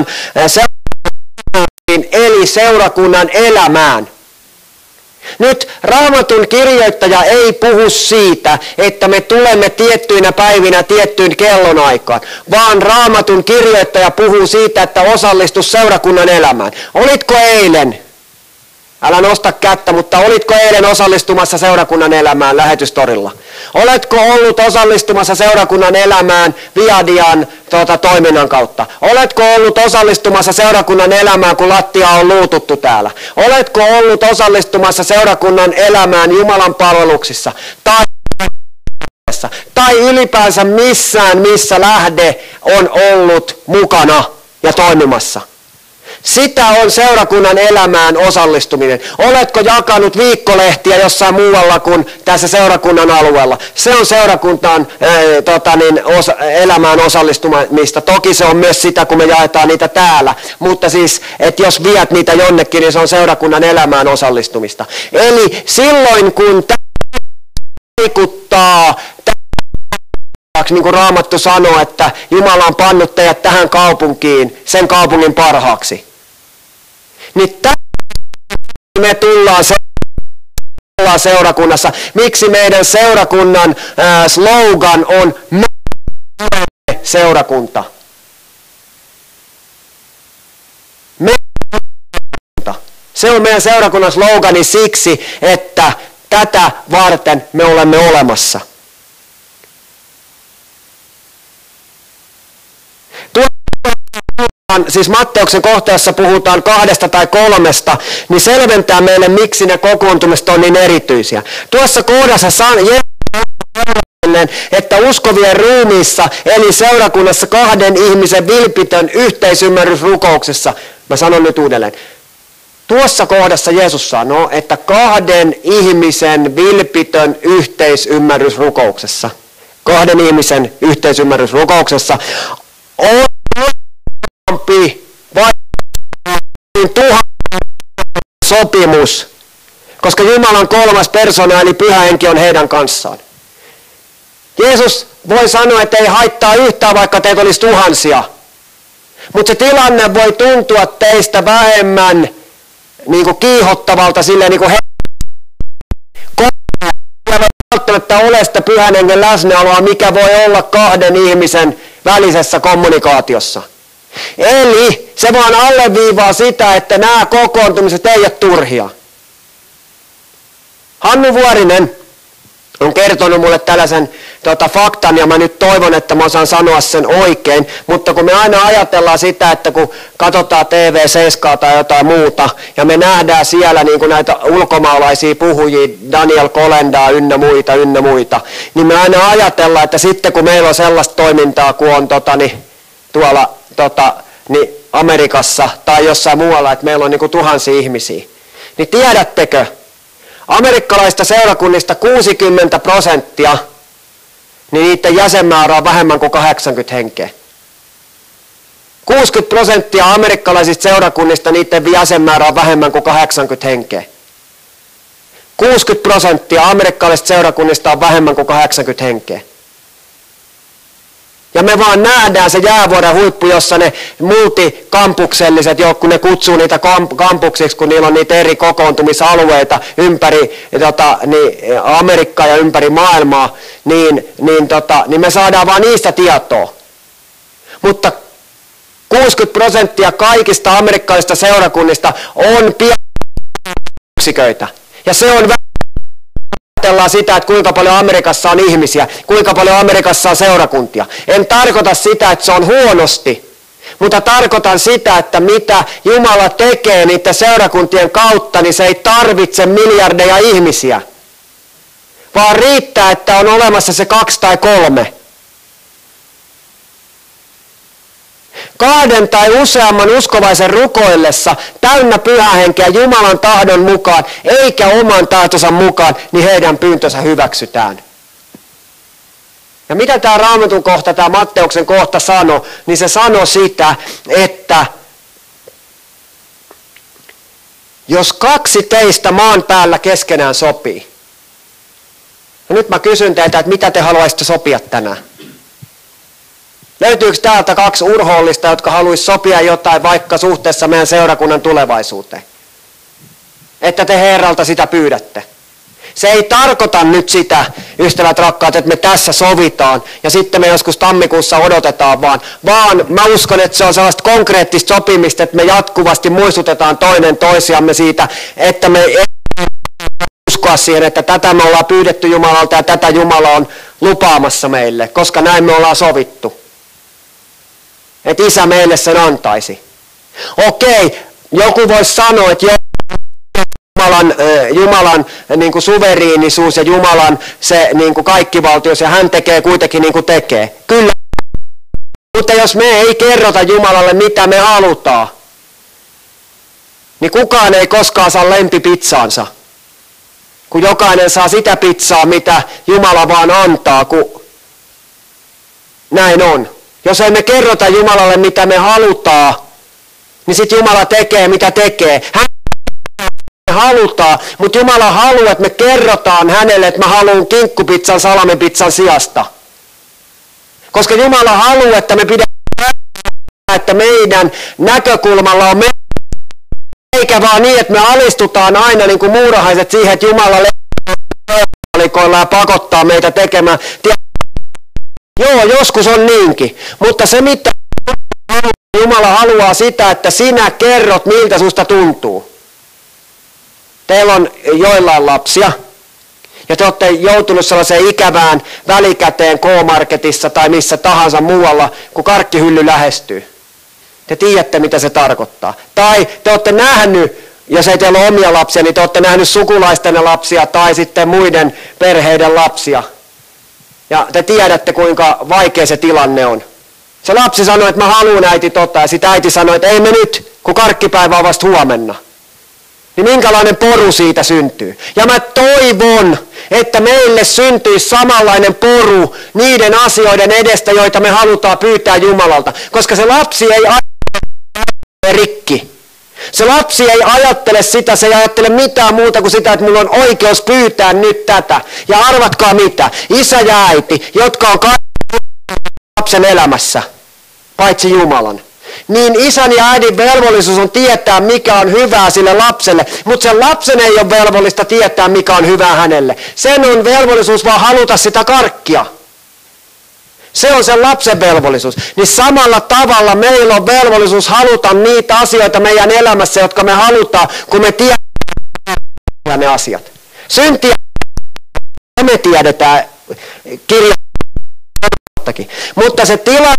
eli seurakunnan elämään. Nyt Raamatun kirjoittaja ei puhu siitä, että me tulemme tiettyinä päivinä tiettyyn kellonaikaan, vaan Raamatun kirjoittaja puhuu siitä, että osallistu seurakunnan elämään. Olitko eilen? Älä nosta kättä, mutta olitko eilen osallistumassa seurakunnan elämään lähetystorilla? Oletko ollut osallistumassa seurakunnan elämään Viadian toiminnan kautta? Oletko ollut osallistumassa seurakunnan elämään, kun lattia on luututtu täällä? Oletko ollut osallistumassa seurakunnan elämään Jumalan palveluksissa? Tai ylipäänsä missään, missä lähde on ollut mukana ja toimimassa? Sitä on seurakunnan elämään osallistuminen. Oletko jakanut viikkolehtiä jossain muualla kuin tässä seurakunnan alueella? Se on seurakuntaan elämään osallistumista. Toki se on myös sitä, kun me jaetaan niitä täällä. Mutta siis, että jos viet niitä jonnekin, niin se on seurakunnan elämään osallistumista. Eli silloin, kun tämä vaikuttaa, niin kuin Raamattu sanoo, että Jumala on pannut teidät tähän kaupunkiin, sen kaupungin parhaaksi. Niin me tullaan seurakunnassa. Miksi meidän seurakunnan slogan on seurakunta? Se on meidän seurakunnan slogani siksi, että tätä varten me olemme olemassa. Siis Matteuksen kohteessa puhutaan 2 tai 3, niin selventää meille, miksi ne kokoontumiset on niin erityisiä. Tuossa kohdassa että uskovien ruumiissa eli seurakunnassa 2 ihmisen vilpitön yhteisymmärrys rukouksessa. Mä sanon nyt uudelleen. Tuossa kohdassa Jeesus sanoo, että 2 ihmisen vilpitön yhteisymmärrys rukouksessa. 2 ihmisen yhteisymmärrys rukouksessa on vai 1000 sopimus, koska Jumalan 3. persona eli Pyhä Henki on heidän kanssaan. Jeesus voi sanoa, että ei haittaa yhtään, vaikka teitä olisi tuhansia, mutta se tilanne voi tuntua teistä vähemmän niin kuin kiihottavalta, silleen niin kuin välttämättä ole sitä Pyhän Hengen läsnäoloa, mikä voi olla 2 ihmisen välisessä kommunikaatiossa. Eli se vaan alleviivaa sitä, että nämä kokoontumiset ei ole turhia. Hannu Vuorinen on kertonut mulle tällaisen faktan, ja mä nyt toivon, että mä osaan sanoa sen oikein, mutta kun me aina ajatellaan sitä, että kun katsotaan TV7 tai jotain muuta, ja me nähdään siellä niin kuin näitä ulkomaalaisia puhujia, Daniel Kolendaa ynnä muita, niin me aina ajatellaan, että sitten kun meillä on sellaista toimintaa, kun on tuolla niin Amerikassa tai jossain muualla, että meillä on niin kuin tuhansia ihmisiä, niin tiedättekö, amerikkalaista seurakunnista 60%, niin niiden jäsenmäärä on vähemmän kuin 80 henkeä. 60% amerikkalaisista seurakunnista, niiden jäsenmäärä on vähemmän kuin 80 henkeä. 60% amerikkalaisista seurakunnista on vähemmän kuin 80 henkeä. Ja me vaan nähdään se jäävuoren huippu, jossa ne multikampukselliset, kun ne kutsuu niitä kampuksiksi, kun niillä on niitä eri kokoontumisalueita ympäri Amerikkaa ja ympäri maailmaa, niin me saadaan vaan niistä tietoa. Mutta 60% kaikista amerikkalaisista seurakunnista on pieniä yksiköitä. Ja se on ajatellaan sitä, että kuinka paljon Amerikassa on ihmisiä, kuinka paljon Amerikassa on seurakuntia. En tarkoita sitä, että se on huonosti, mutta tarkoitan sitä, että mitä Jumala tekee niiden seurakuntien kautta, niin se ei tarvitse miljardeja ihmisiä, vaan riittää, että on olemassa se 2 tai 3. 2 tai useamman uskovaisen rukoillessa täynnä Pyhää Henkeä Jumalan tahdon mukaan, eikä oman tahtonsa mukaan, niin heidän pyyntönsä hyväksytään. Ja mitä tämä Raamatun kohta, tämä Matteuksen kohta sanoi, niin se sanoi sitä, että jos 2 teistä maan päällä keskenään sopii. Ja nyt mä kysyn teiltä, että mitä te haluaisitte sopia tänään? Löytyykö täältä 2 urhoollista, jotka haluaisi sopia jotain vaikka suhteessa meidän seurakunnan tulevaisuuteen? Että te Herralta sitä pyydätte. Se ei tarkoita nyt sitä, ystävät rakkaat, että me tässä sovitaan ja sitten me joskus tammikuussa odotetaan vaan mä uskon, että se on sellaista konkreettista sopimista, että me jatkuvasti muistutetaan toinen toisiamme siitä, että me ei uskoa siihen, että tätä me ollaan pyydetty Jumalalta ja tätä Jumala on lupaamassa meille, koska näin me ollaan sovittu. Että Isä meille sen antaisi. Okei, joku voisi sanoa, että Jumalan niin kuin suveriinisuus ja Jumalan se niin kuin kaikkivaltius ja hän tekee kuitenkin niin kuin tekee. Kyllä, mutta jos me ei kerrota Jumalalle mitä me halutaan, niin kukaan ei koskaan saa lempipizzaansa. Kun jokainen saa sitä pizzaa, mitä Jumala vaan antaa, kun näin on. Jos emme kerrota Jumalalle, mitä me halutaan, niin sitten Jumala tekee, mitä tekee. Hän halutaan, mutta Jumala haluaa, että me kerrotaan hänelle, että mä haluan kinkkupizzan salamipizzan sijasta. Koska Jumala haluaa, että me pidetään, että meidän näkökulmalla on eikä vaan niin, että me alistutaan aina niin kuin muurahaiset siihen, että Jumala valikoilla ja pakottaa meitä tekemään. Joo, joskus on niinkin, mutta se mitä Jumala haluaa sitä, että sinä kerrot, miltä susta tuntuu. Teillä on joillain lapsia, ja te olette joutunut sellaiseen ikävään välikäteen K-marketissa tai missä tahansa muualla, kun karkkihylly lähestyy. Te tiedätte, mitä se tarkoittaa. Tai te olette nähnyt, jos ei teillä ole omia lapsia, niin te olette nähnyt sukulaisten lapsia tai sitten muiden perheiden lapsia. Ja te tiedätte, kuinka vaikea se tilanne on. Se lapsi sanoi, että mä haluan äiti ja sitten äiti sanoi, että ei me nyt, kun karkkipäivä on vasta huomenna. Niin minkälainen poru siitä syntyy. Ja mä toivon, että meille syntyisi samanlainen poru niiden asioiden edestä, joita me halutaan pyytää Jumalalta. Koska se lapsi ei ajattele rikki. Se lapsi ei ajattele sitä, se ei ajattele mitään muuta kuin sitä, että mulla on oikeus pyytää nyt tätä. Ja arvatkaa mitä, isä ja äiti, jotka on lapsen elämässä, paitsi Jumalan. Niin isän ja äidin velvollisuus on tietää, mikä on hyvää sille lapselle, mutta sen lapsen ei ole velvollista tietää, mikä on hyvää hänelle. Sen on velvollisuus vaan haluta sitä karkkia. Se on sen lapsen velvollisuus. Niin samalla tavalla meillä on velvollisuus haluta niitä asioita meidän elämässä, jotka me halutaan, kun me tiedetään ne asiat. Syntiä me tiedetään kirjoittakin. Mutta se tilanne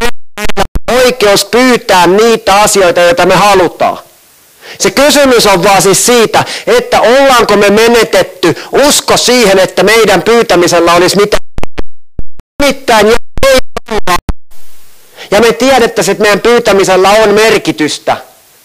oikeus pyytää niitä asioita, joita me halutaan. Se kysymys on vaan siis siitä, että ollaanko me menetetty usko siihen, että meidän pyytämisellä olisi mitään ja me tiedettäisiin, että meidän pyytämisellä on merkitystä.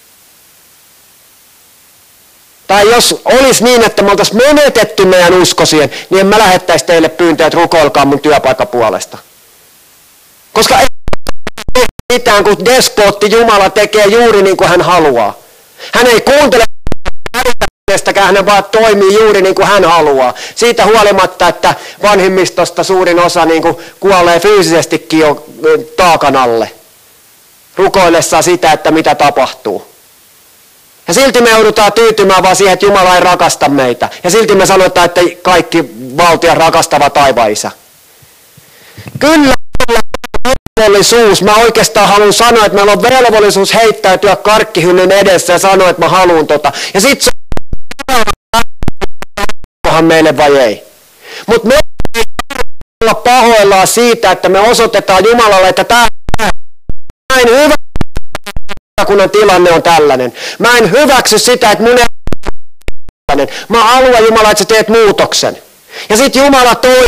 Tai jos olisi niin, että me oltaisiin menetetty meidän usko siihen, niin en mä lähettäisi teille pyyntöä, että rukoilkaa mun työpaikan puolesta. Koska mitään, kun despootti Jumala tekee juuri niin kuin hän haluaa. Hän ei kuuntele hänestäkään, hän vaan toimii juuri niin kuin hän haluaa. Siitä huolimatta, että vanhimmistosta suurin osa niin kuin kuolee fyysisestikin jo taakan alle. Rukoillessaan sitä, että mitä tapahtuu. Ja silti me joudutaan tyytymään vaan siihen, että Jumala ei rakasta meitä. Ja silti me sanotaan, että kaikki valtiot rakastavat taivaan Isä. Kyllä velvollisuus. Mä oikeastaan haluan sanoa, että meillä on velvollisuus heittäytyä karkkihyllyn edessä ja sanoa, että mä haluan tota. Ja sit se on meille vai ei. Mutta me ei olla pahoillaan siitä, että me osoitetaan Jumalalle, että tämä näin hyvä, kun tilanne on tällainen. Mä en hyväksy sitä, että mun ei tällainen. Mä haluan Jumala, että sä teet muutoksen. Ja sit Jumala toi.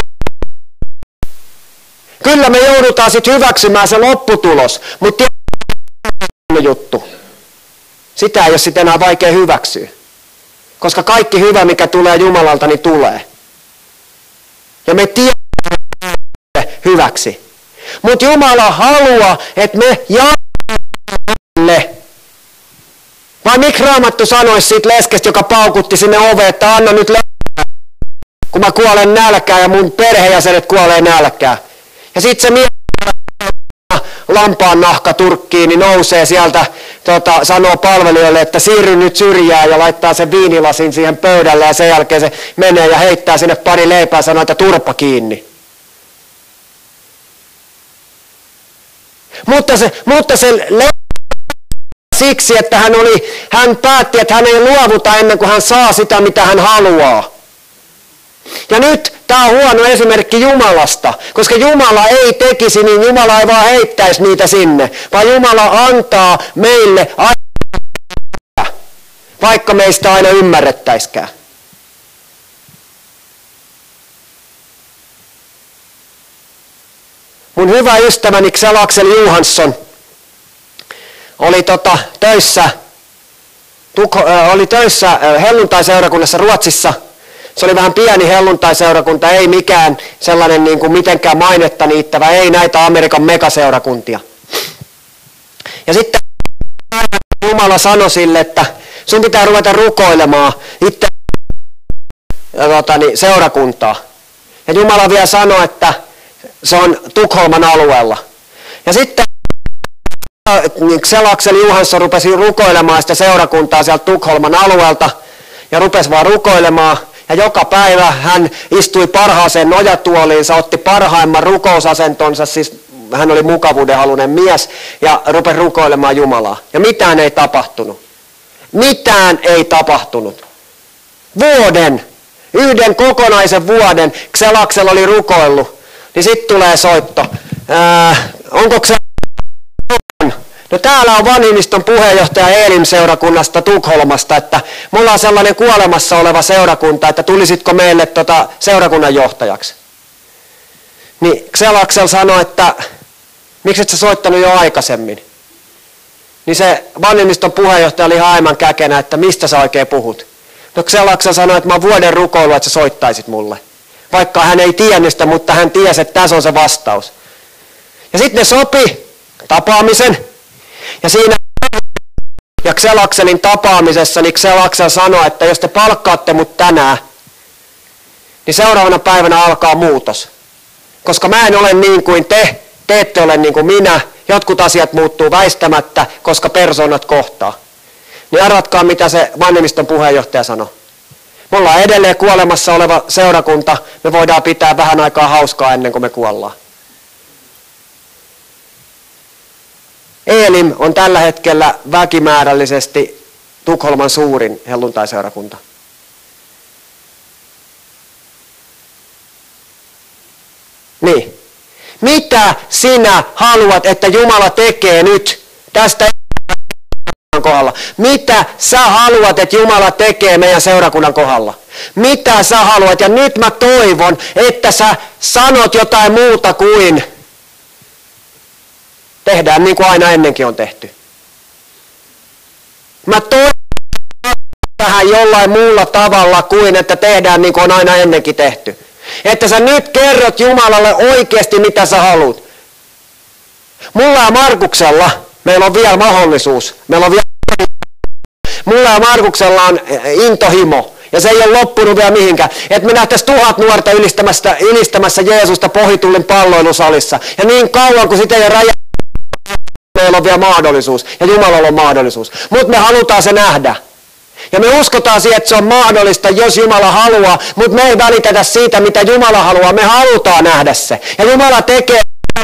Kyllä me joudutaan sit hyväksymään se lopputulos, mutta juttu. Sitä ei ole sit enää vaikea hyväksyä. Koska kaikki hyvä, mikä tulee Jumalalta, niin tulee. Ja me tiedämme hyväksi. Mutta Jumala haluaa, että me jaamme. Vai miksi Raamattu sanoisi siitä leskestä, joka paukutti sinne oveen, että anna nyt kun mä kuolen nälkään ja mun perheenjäsenet kuolee nälkään. Ja sit se lampaan nahka turkkiin, niin nousee sieltä, sanoo palvelijoille, että siirry nyt syrjään ja laittaa sen viinilasin siihen pöydälle ja sen jälkeen se menee ja heittää sinne pari leipää ja sanoo, että turpa kiinni. Mutta se siksi, että hän päätti, että hän ei luovuta ennen kuin hän saa sitä, mitä hän haluaa. Ja nyt tämä on huono esimerkki Jumalasta, koska Jumala ei tekisi niin, Jumala ei vaan heittäisi niitä sinne, vaan Jumala antaa meille aina, vaikka meistä aina ymmärrettäisikään. Mun hyvä ystäväni Kjell Axel Johansson oli töissä helluntaiseurakunnassa Ruotsissa. Se oli vähän pieni helluntaiseurakunta, ei mikään sellainen niin kuin mitenkään mainetta niittävä, ei näitä Amerikan megaseurakuntia. Ja sitten Jumala sanoi sille, että sun pitää ruveta rukoilemaan itse seurakuntaa. Ja Jumala vielä sanoi, että se on Tukholman alueella. Ja sitten Kjell Axel Johansson rupesi rukoilemaan sitä seurakuntaa sieltä Tukholman alueelta ja rupesi vaan rukoilemaan. Ja joka päivä hän istui parhaaseen nojatuoliinsa, otti parhaimman rukousasentonsa, siis hän oli mukavuudenhaluinen mies, ja rupesi rukoilemaan Jumalaa. Ja mitään ei tapahtunut. Mitään ei tapahtunut. Yhden kokonaisen vuoden Kjell Axel oli rukoillut, niin sitten tulee soitto. Onko Kjell? No täällä on vanhimmiston puheenjohtaja Elim-seurakunnasta Tukholmasta, että mulla on sellainen kuolemassa oleva seurakunta, että tulisitko meille seurakunnan johtajaksi. Niin Kjell Axel sanoi, että miksi et sä soittanut jo aikaisemmin? Niin se vanhimmiston puheenjohtaja oli aivan käkenä, että mistä sä oikein puhut. No Kjell Axel sanoi, että mä oon vuoden rukoillut, että sä soittaisit mulle. Vaikka hän ei tiennyt sitä, mutta hän tiesi, että tässä on se vastaus. Ja sitten ne sopi tapaamisen. Ja siinä ja Kjell Axelin tapaamisessa, niin Kjell Axel sanoi, että jos te palkkaatte mut tänään, niin seuraavana päivänä alkaa muutos. Koska mä en ole niin kuin te ette ole niin kuin minä, jotkut asiat muuttuu väistämättä, koska persoonat kohtaa. Niin arvatkaa, mitä se vanhimmiston puheenjohtaja sanoi. Me ollaan edelleen kuolemassa oleva seurakunta, me voidaan pitää vähän aikaa hauskaa ennen kuin me kuollaan. Elim on tällä hetkellä väkimäärällisesti Tukholman suurin helluntaiseurakunta. Niin. Mitä sinä haluat, että Jumala tekee nyt tästä kohdalla? Mitä sä haluat, että Jumala tekee meidän seurakunnan kohdalla? Mitä sä haluat? Ja nyt mä toivon, että sä sanot jotain muuta kuin tehdään niin kuin aina ennenkin on tehty. Mä toivon tähän jollain muulla tavalla kuin, että tehdään niin kuin on aina ennenkin tehty. Että sä nyt kerrot Jumalalle oikeasti, mitä sä haluat. Mulla ja Markuksella meillä on vielä mahdollisuus. Mulla ja Markuksella on intohimo. Ja se ei ole loppunut vielä mihinkään. Että me nähtäisiin 1000 nuorta ylistämässä Jeesusta Pohitullin palloilusalissa. Ja niin kauan kuin sitä ei raja, meillä on vielä mahdollisuus. Ja Jumalalla on mahdollisuus. Mutta me halutaan se nähdä. Ja me uskotaan siihen, että se on mahdollista, jos Jumala haluaa. Mutta me ei välitetä siitä, mitä Jumala haluaa. Me halutaan nähdä se. Ja Jumala tekee.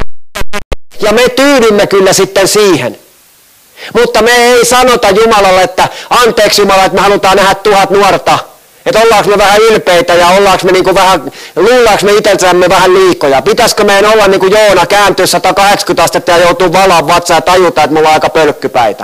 Ja me tyydymme kyllä sitten siihen. Mutta me ei sanota Jumalalle, että anteeksi Jumala, että me halutaan nähdä 1000 nuorta. Että ollaanko me vähän ylpeitä ja ollaanko me niinku vähän, luullaanko me itseltämme vähän liikoja. Pitäisikö meidän olla niin kuin Joona kääntyä 180 astetta ja joutuu valaan vatsaan ja tajuta, että me ollaan aika pölkkypäitä.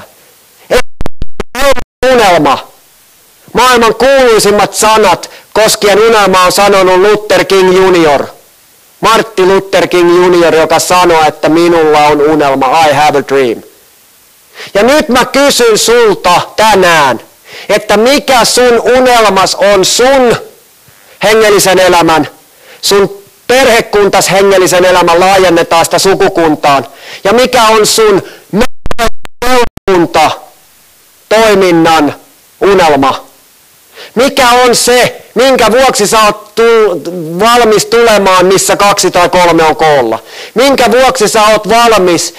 Ei unelma. Maailman kuuluisimmat sanat koskien unelmaa on sanonut Luther King Jr. Martti Luther King Jr., joka sanoi, että minulla on unelma, I have a dream. Ja nyt mä kysyn sulta tänään, että mikä sun unelmas on sun hengellisen elämän, sun perhekuntas hengellisen elämän, laajennetaan sitä sukukuntaan. Ja mikä on sun seurakunta toiminnan unelma? Mikä on se, minkä vuoksi sä oot valmis tulemaan, missä 2 tai 3 on koolla? Minkä vuoksi sä oot valmis,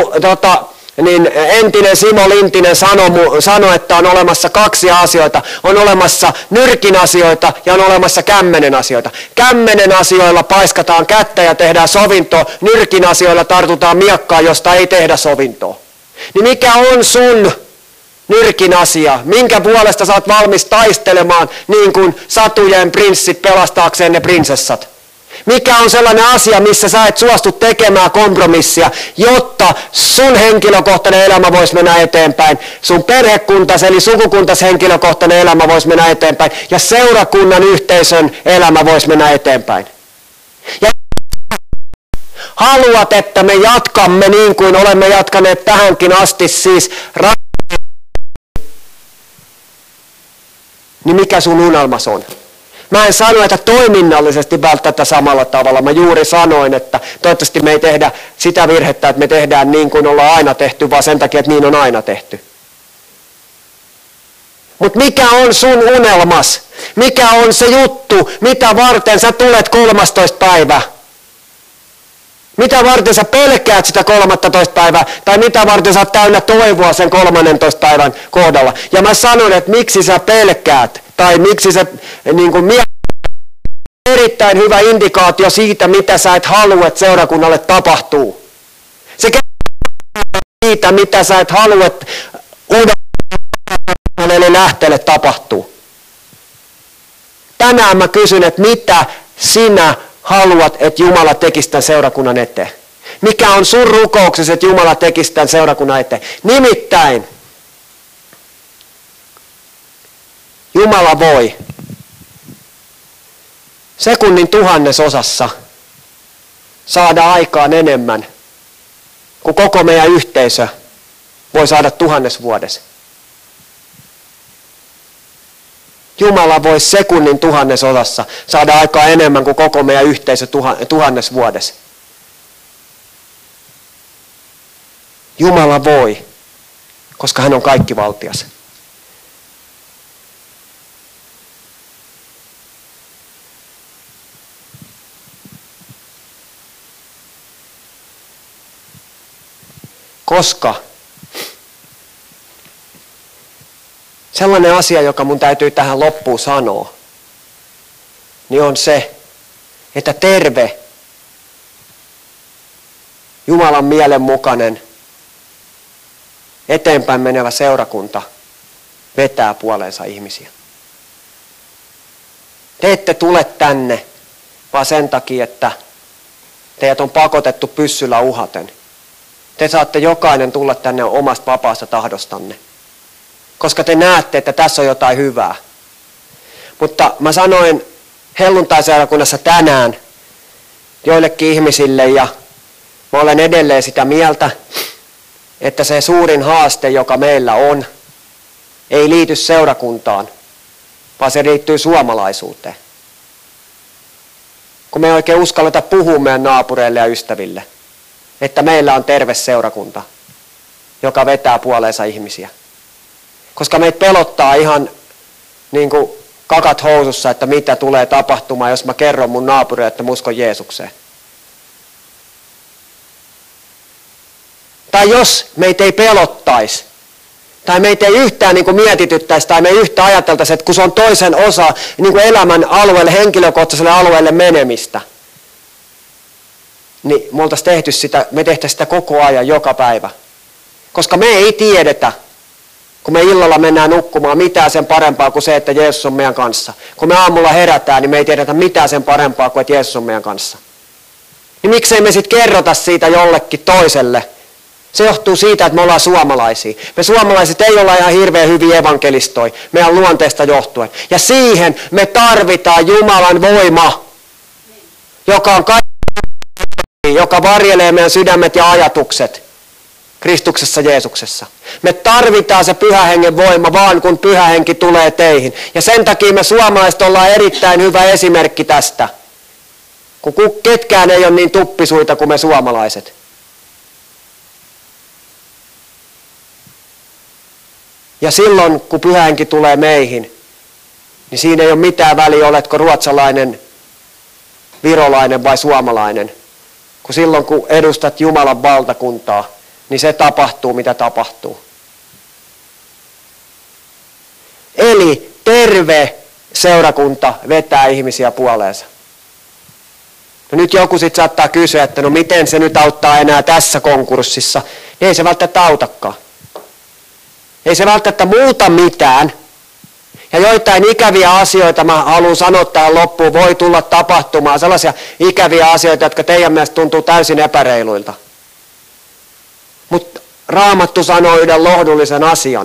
niin entinen Simo Lintinen sanoi, että on olemassa 2 asioita. On olemassa nyrkin asioita ja on olemassa kämmenen asioita. Kämmenen asioilla paiskataan kättä ja tehdään sovintoa. Nyrkin asioilla tartutaan miekkaa, josta ei tehdä sovintoa. Niin mikä on sun nyrkin asia? Minkä puolesta sä oot valmis taistelemaan niin kuin satujen prinssit pelastaakseen ne prinsessat? Mikä on sellainen asia, missä sä et suostu tekemään kompromissia, jotta sun henkilökohtainen elämä voisi mennä eteenpäin, sun perhekuntas eli sukukuntas henkilökohtainen elämä voisi mennä eteenpäin ja seurakunnan yhteisön elämä voisi mennä eteenpäin. Ja haluat, että me jatkamme niin kuin olemme jatkaneet tähänkin asti, siis niin mikä sun unelmas on? Mä en sano, että toiminnallisesti välttämättä samalla tavalla. Mä juuri sanoin, että toivottavasti me ei tehdä sitä virhettä, että me tehdään niin kuin ollaan aina tehty, vaan sen takia, että niin on aina tehty. Mutta mikä on sun unelmas? Mikä on se juttu, mitä varten sä tulet 13. päivä? Mitä varten sä pelkäät sitä 13. päivää? Tai mitä varten sä oot täynnä toivoa sen 13. päivän kohdalla? Ja mä sanon, että miksi sä pelkäät? Tai miksi se erittäin hyvä indikaatio siitä, mitä sä et halua, että seurakunnalle tapahtuu. Se kertoo siitä, mitä sä et halua, että uudelle lähteelle tapahtuu. Tänään mä kysyn, että mitä sinä haluat, että Jumala tekisi tämän seurakunnan eteen? Mikä on sun rukouksesi, että Jumala tekisi tämän seurakunnan eteen? Nimittäin Jumala voi sekunnin 1000 saada aikaan enemmän kuin koko meidän yhteisö voi saada 1000 vuodessa. Jumala voi sekunnin 1000 saada aikaan enemmän kuin koko meidän yhteisö 1000 vuodessa. Jumala voi, koska hän on kaikkivaltias. Koska sellainen asia, joka mun täytyy tähän loppuun sanoa, niin on se, että terve, Jumalan mielen mukainen, eteenpäin menevä seurakunta vetää puoleensa ihmisiä. Te ette tule tänne vaan sen takia, että teidät on pakotettu pyssyllä uhaten. Te saatte jokainen tulla tänne omasta vapaasta tahdostanne, koska te näette, että tässä on jotain hyvää. Mutta mä sanoin helluntaiseurakunnassa tänään joillekin ihmisille, ja mä olen edelleen sitä mieltä, että se suurin haaste, joka meillä on, ei liity seurakuntaan, vaan se liittyy suomalaisuuteen. Kun me ei oikein uskalleta puhua meidän naapureille ja ystäville, että meillä on terve seurakunta, joka vetää puoleensa ihmisiä. Koska meitä pelottaa ihan niin kuin kakat housussa, että mitä tulee tapahtumaan, jos mä kerron mun naapurille, että mä uskon Jeesukseen. Tai jos meitä ei pelottaisi, tai meitä ei yhtään niin kuin mietityttäisi, tai me ei yhtään ajateltaisi, että kun se on toisen osa niin kuin elämän alueelle, henkilökohtaiselle alueelle menemistä, niin me tehtäisiin sitä koko ajan, joka päivä. Koska me ei tiedetä, kun me illalla mennään nukkumaan, mitään sen parempaa kuin se, että Jeesus on meidän kanssa. Kun me aamulla herätään, niin me ei tiedetä mitään sen parempaa kuin, että Jeesus on meidän kanssa. Niin miksei me sitten kerrota siitä jollekin toiselle? Se johtuu siitä, että me ollaan suomalaisia. Me suomalaiset ei olla ihan hirveän hyviä evankelistoi, meidän luonteesta johtuen. Ja siihen me tarvitaan Jumalan voima, joka on joka varjelee meidän sydämet ja ajatukset Kristuksessa Jeesuksessa. Me tarvitaan se Pyhän Hengen voima vaan kun Pyhä Henki tulee teihin. Ja sen takia me suomalaiset ollaan erittäin hyvä esimerkki tästä. Kun ketkään ei ole niin tuppisuita kuin me suomalaiset. Ja silloin kun Pyhä Henki tulee meihin, niin siinä ei ole mitään väliä, oletko ruotsalainen, virolainen vai suomalainen. Kun silloin kun edustat Jumalan valtakuntaa, niin se tapahtuu, mitä tapahtuu. Eli terve seurakunta vetää ihmisiä puoleensa. No nyt joku sitten saattaa kysyä, että no miten se nyt auttaa enää tässä konkurssissa. Niin ei se välttämättä autakaan. Ei se välttämättä muuta mitään. Ja joitain ikäviä asioita mä haluan sanoa tähän loppuun, voi tulla tapahtumaan. Sellaisia ikäviä asioita, jotka teidän mielestä tuntuu täysin epäreiluilta. Mutta Raamattu sanoo yhden lohdullisen asian.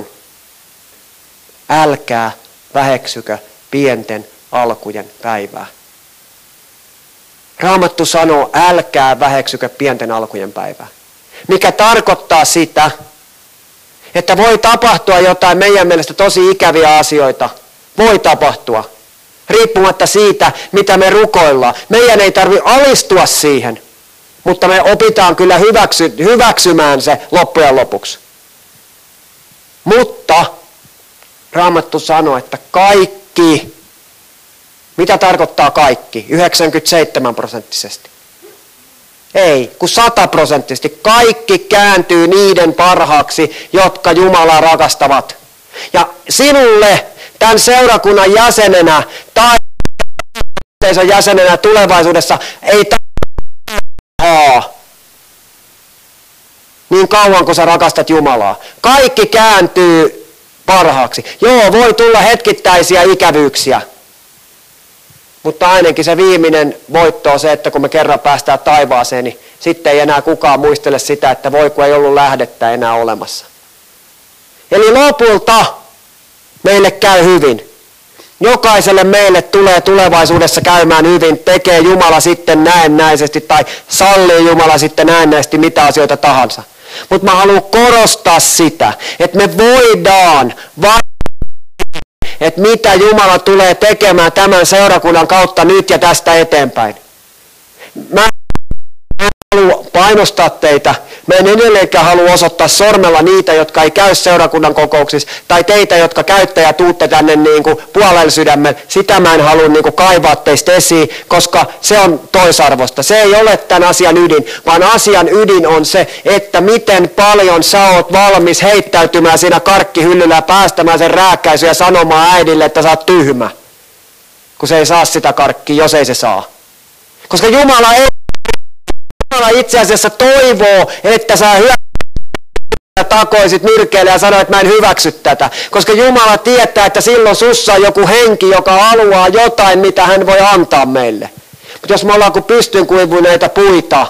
Älkää väheksykö pienten alkujen päivää. Raamattu sanoo, älkää väheksykö pienten alkujen päivää. Mikä tarkoittaa sitä, että voi tapahtua jotain meidän mielestä tosi ikäviä asioita. Voi tapahtua. Riippumatta siitä, mitä me rukoillaan. Meidän ei tarvitse alistua siihen. Mutta me opitaan kyllä hyväksymään se loppujen lopuksi. Mutta Raamattu sanoo, että kaikki, mitä tarkoittaa kaikki? 97%. Ei, kun 100%. Kaikki kääntyy niiden parhaaksi, jotka Jumalaa rakastavat. Ja sinulle tämän seurakunnan jäsenenä tai yhteisön jäsenenä tulevaisuudessa ei niin kauan kuin sä rakastat Jumalaa. Kaikki kääntyy parhaaksi. Joo, voi tulla hetkittäisiä ikävyyksiä. Mutta ainakin se viimeinen voitto on se, että kun me kerran päästään taivaaseen, niin sitten ei enää kukaan muistele sitä, että voi kun ei ollut lähdettä enää olemassa. Eli lopulta meille käy hyvin. Jokaiselle meille tulee tulevaisuudessa käymään hyvin, tekee Jumala sitten näennäisesti tai sallii Jumala sitten näennäisesti mitä asioita tahansa. Mutta mä haluan korostaa sitä, että me voidaan että mitä Jumala tulee tekemään tämän seurakunnan kautta nyt ja tästä eteenpäin. Mä en halua painostaa teitä. Mä en edelleenkään halua osoittaa sormella niitä, jotka ei käy seurakunnan kokouksissa, tai teitä, jotka käytte ja tuutte tänne niin kuin puolella sydämellä. Sitä mä en halua niin kuin kaivaa teistä esiin, koska se on toisarvosta. Se ei ole tämän asian ydin, vaan asian ydin on se, että miten paljon sä oot valmis heittäytymään siinä karkkihyllyllä ja päästämään sen rääkkäisyä ja sanomaan äidille, että sä oot tyhmä, kun se ei saa sitä karkkia, jos ei se saa. Koska Jumala itse asiassa toivoo, että sä takoisit nyrkeille ja sanoit, että mä en hyväksy tätä. Koska Jumala tietää, että silloin sussa on joku henki, joka haluaa jotain, mitä hän voi antaa meille. Mutta jos me ollaan kuin pystynkuivuneita puita,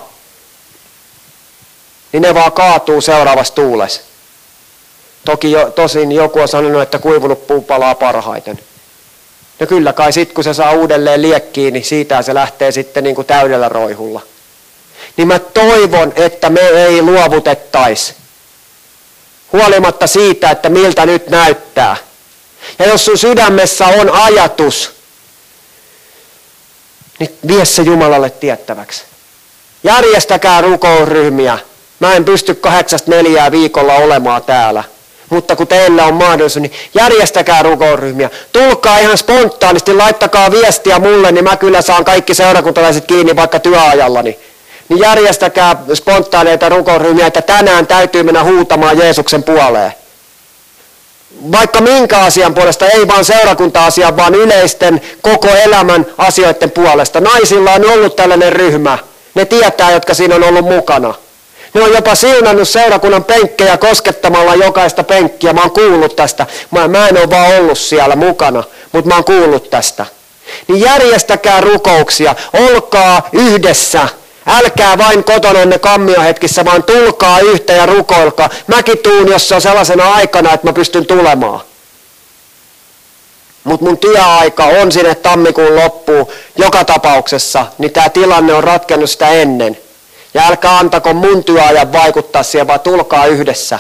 niin ne vaan kaatuu seuraavassa tuulessa. Tosin joku on sanonut, että kuivunut puu palaa parhaiten. No kyllä kai sit kun se saa uudelleen liekkiin, niin siitä se lähtee sitten niin kuin täydellä roihulla. Niin mä toivon, että me ei luovutettaisi. Huolimatta siitä, että miltä nyt näyttää. Ja jos sun sydämessä on ajatus, niin vie se Jumalalle tiettäväksi. Järjestäkää rukousryhmiä. Mä en pysty 8-4 viikolla olemaan täällä. Mutta kun teillä on mahdollisuus, niin järjestäkää rukousryhmiä. Tulkaa ihan spontaanisti, laittakaa viestiä mulle, niin mä kyllä saan kaikki seurakuntalaiset kiinni vaikka työajallani. Niin järjestäkää spontaaneita rukousryhmiä, että tänään täytyy mennä huutamaan Jeesuksen puoleen. Vaikka minkä asian puolesta, ei vaan seurakunta-asian, vaan yleisten koko elämän asioiden puolesta. Naisilla on ollut tällainen ryhmä. Ne tietää, jotka siinä on ollut mukana. Ne on jopa siunannut seurakunnan penkkejä koskettamalla jokaista penkkiä. Mä oon kuullut tästä. Mä en ole vaan ollut siellä mukana, mutta mä oon kuullut tästä. Niin järjestäkää rukouksia, olkaa yhdessä. Älkää vain kotonanne kammiohetkissä, vaan tulkaa yhtä ja rukoilkaa. Mäkin tuun, jos se on sellaisena aikana, että mä pystyn tulemaan. Mutta mun työaika on sinne tammikuun loppuun joka tapauksessa, niin tämä tilanne on ratkennut sitä ennen. Ja älkää antako mun työajan vaikuttaa siihen, vaan tulkaa yhdessä.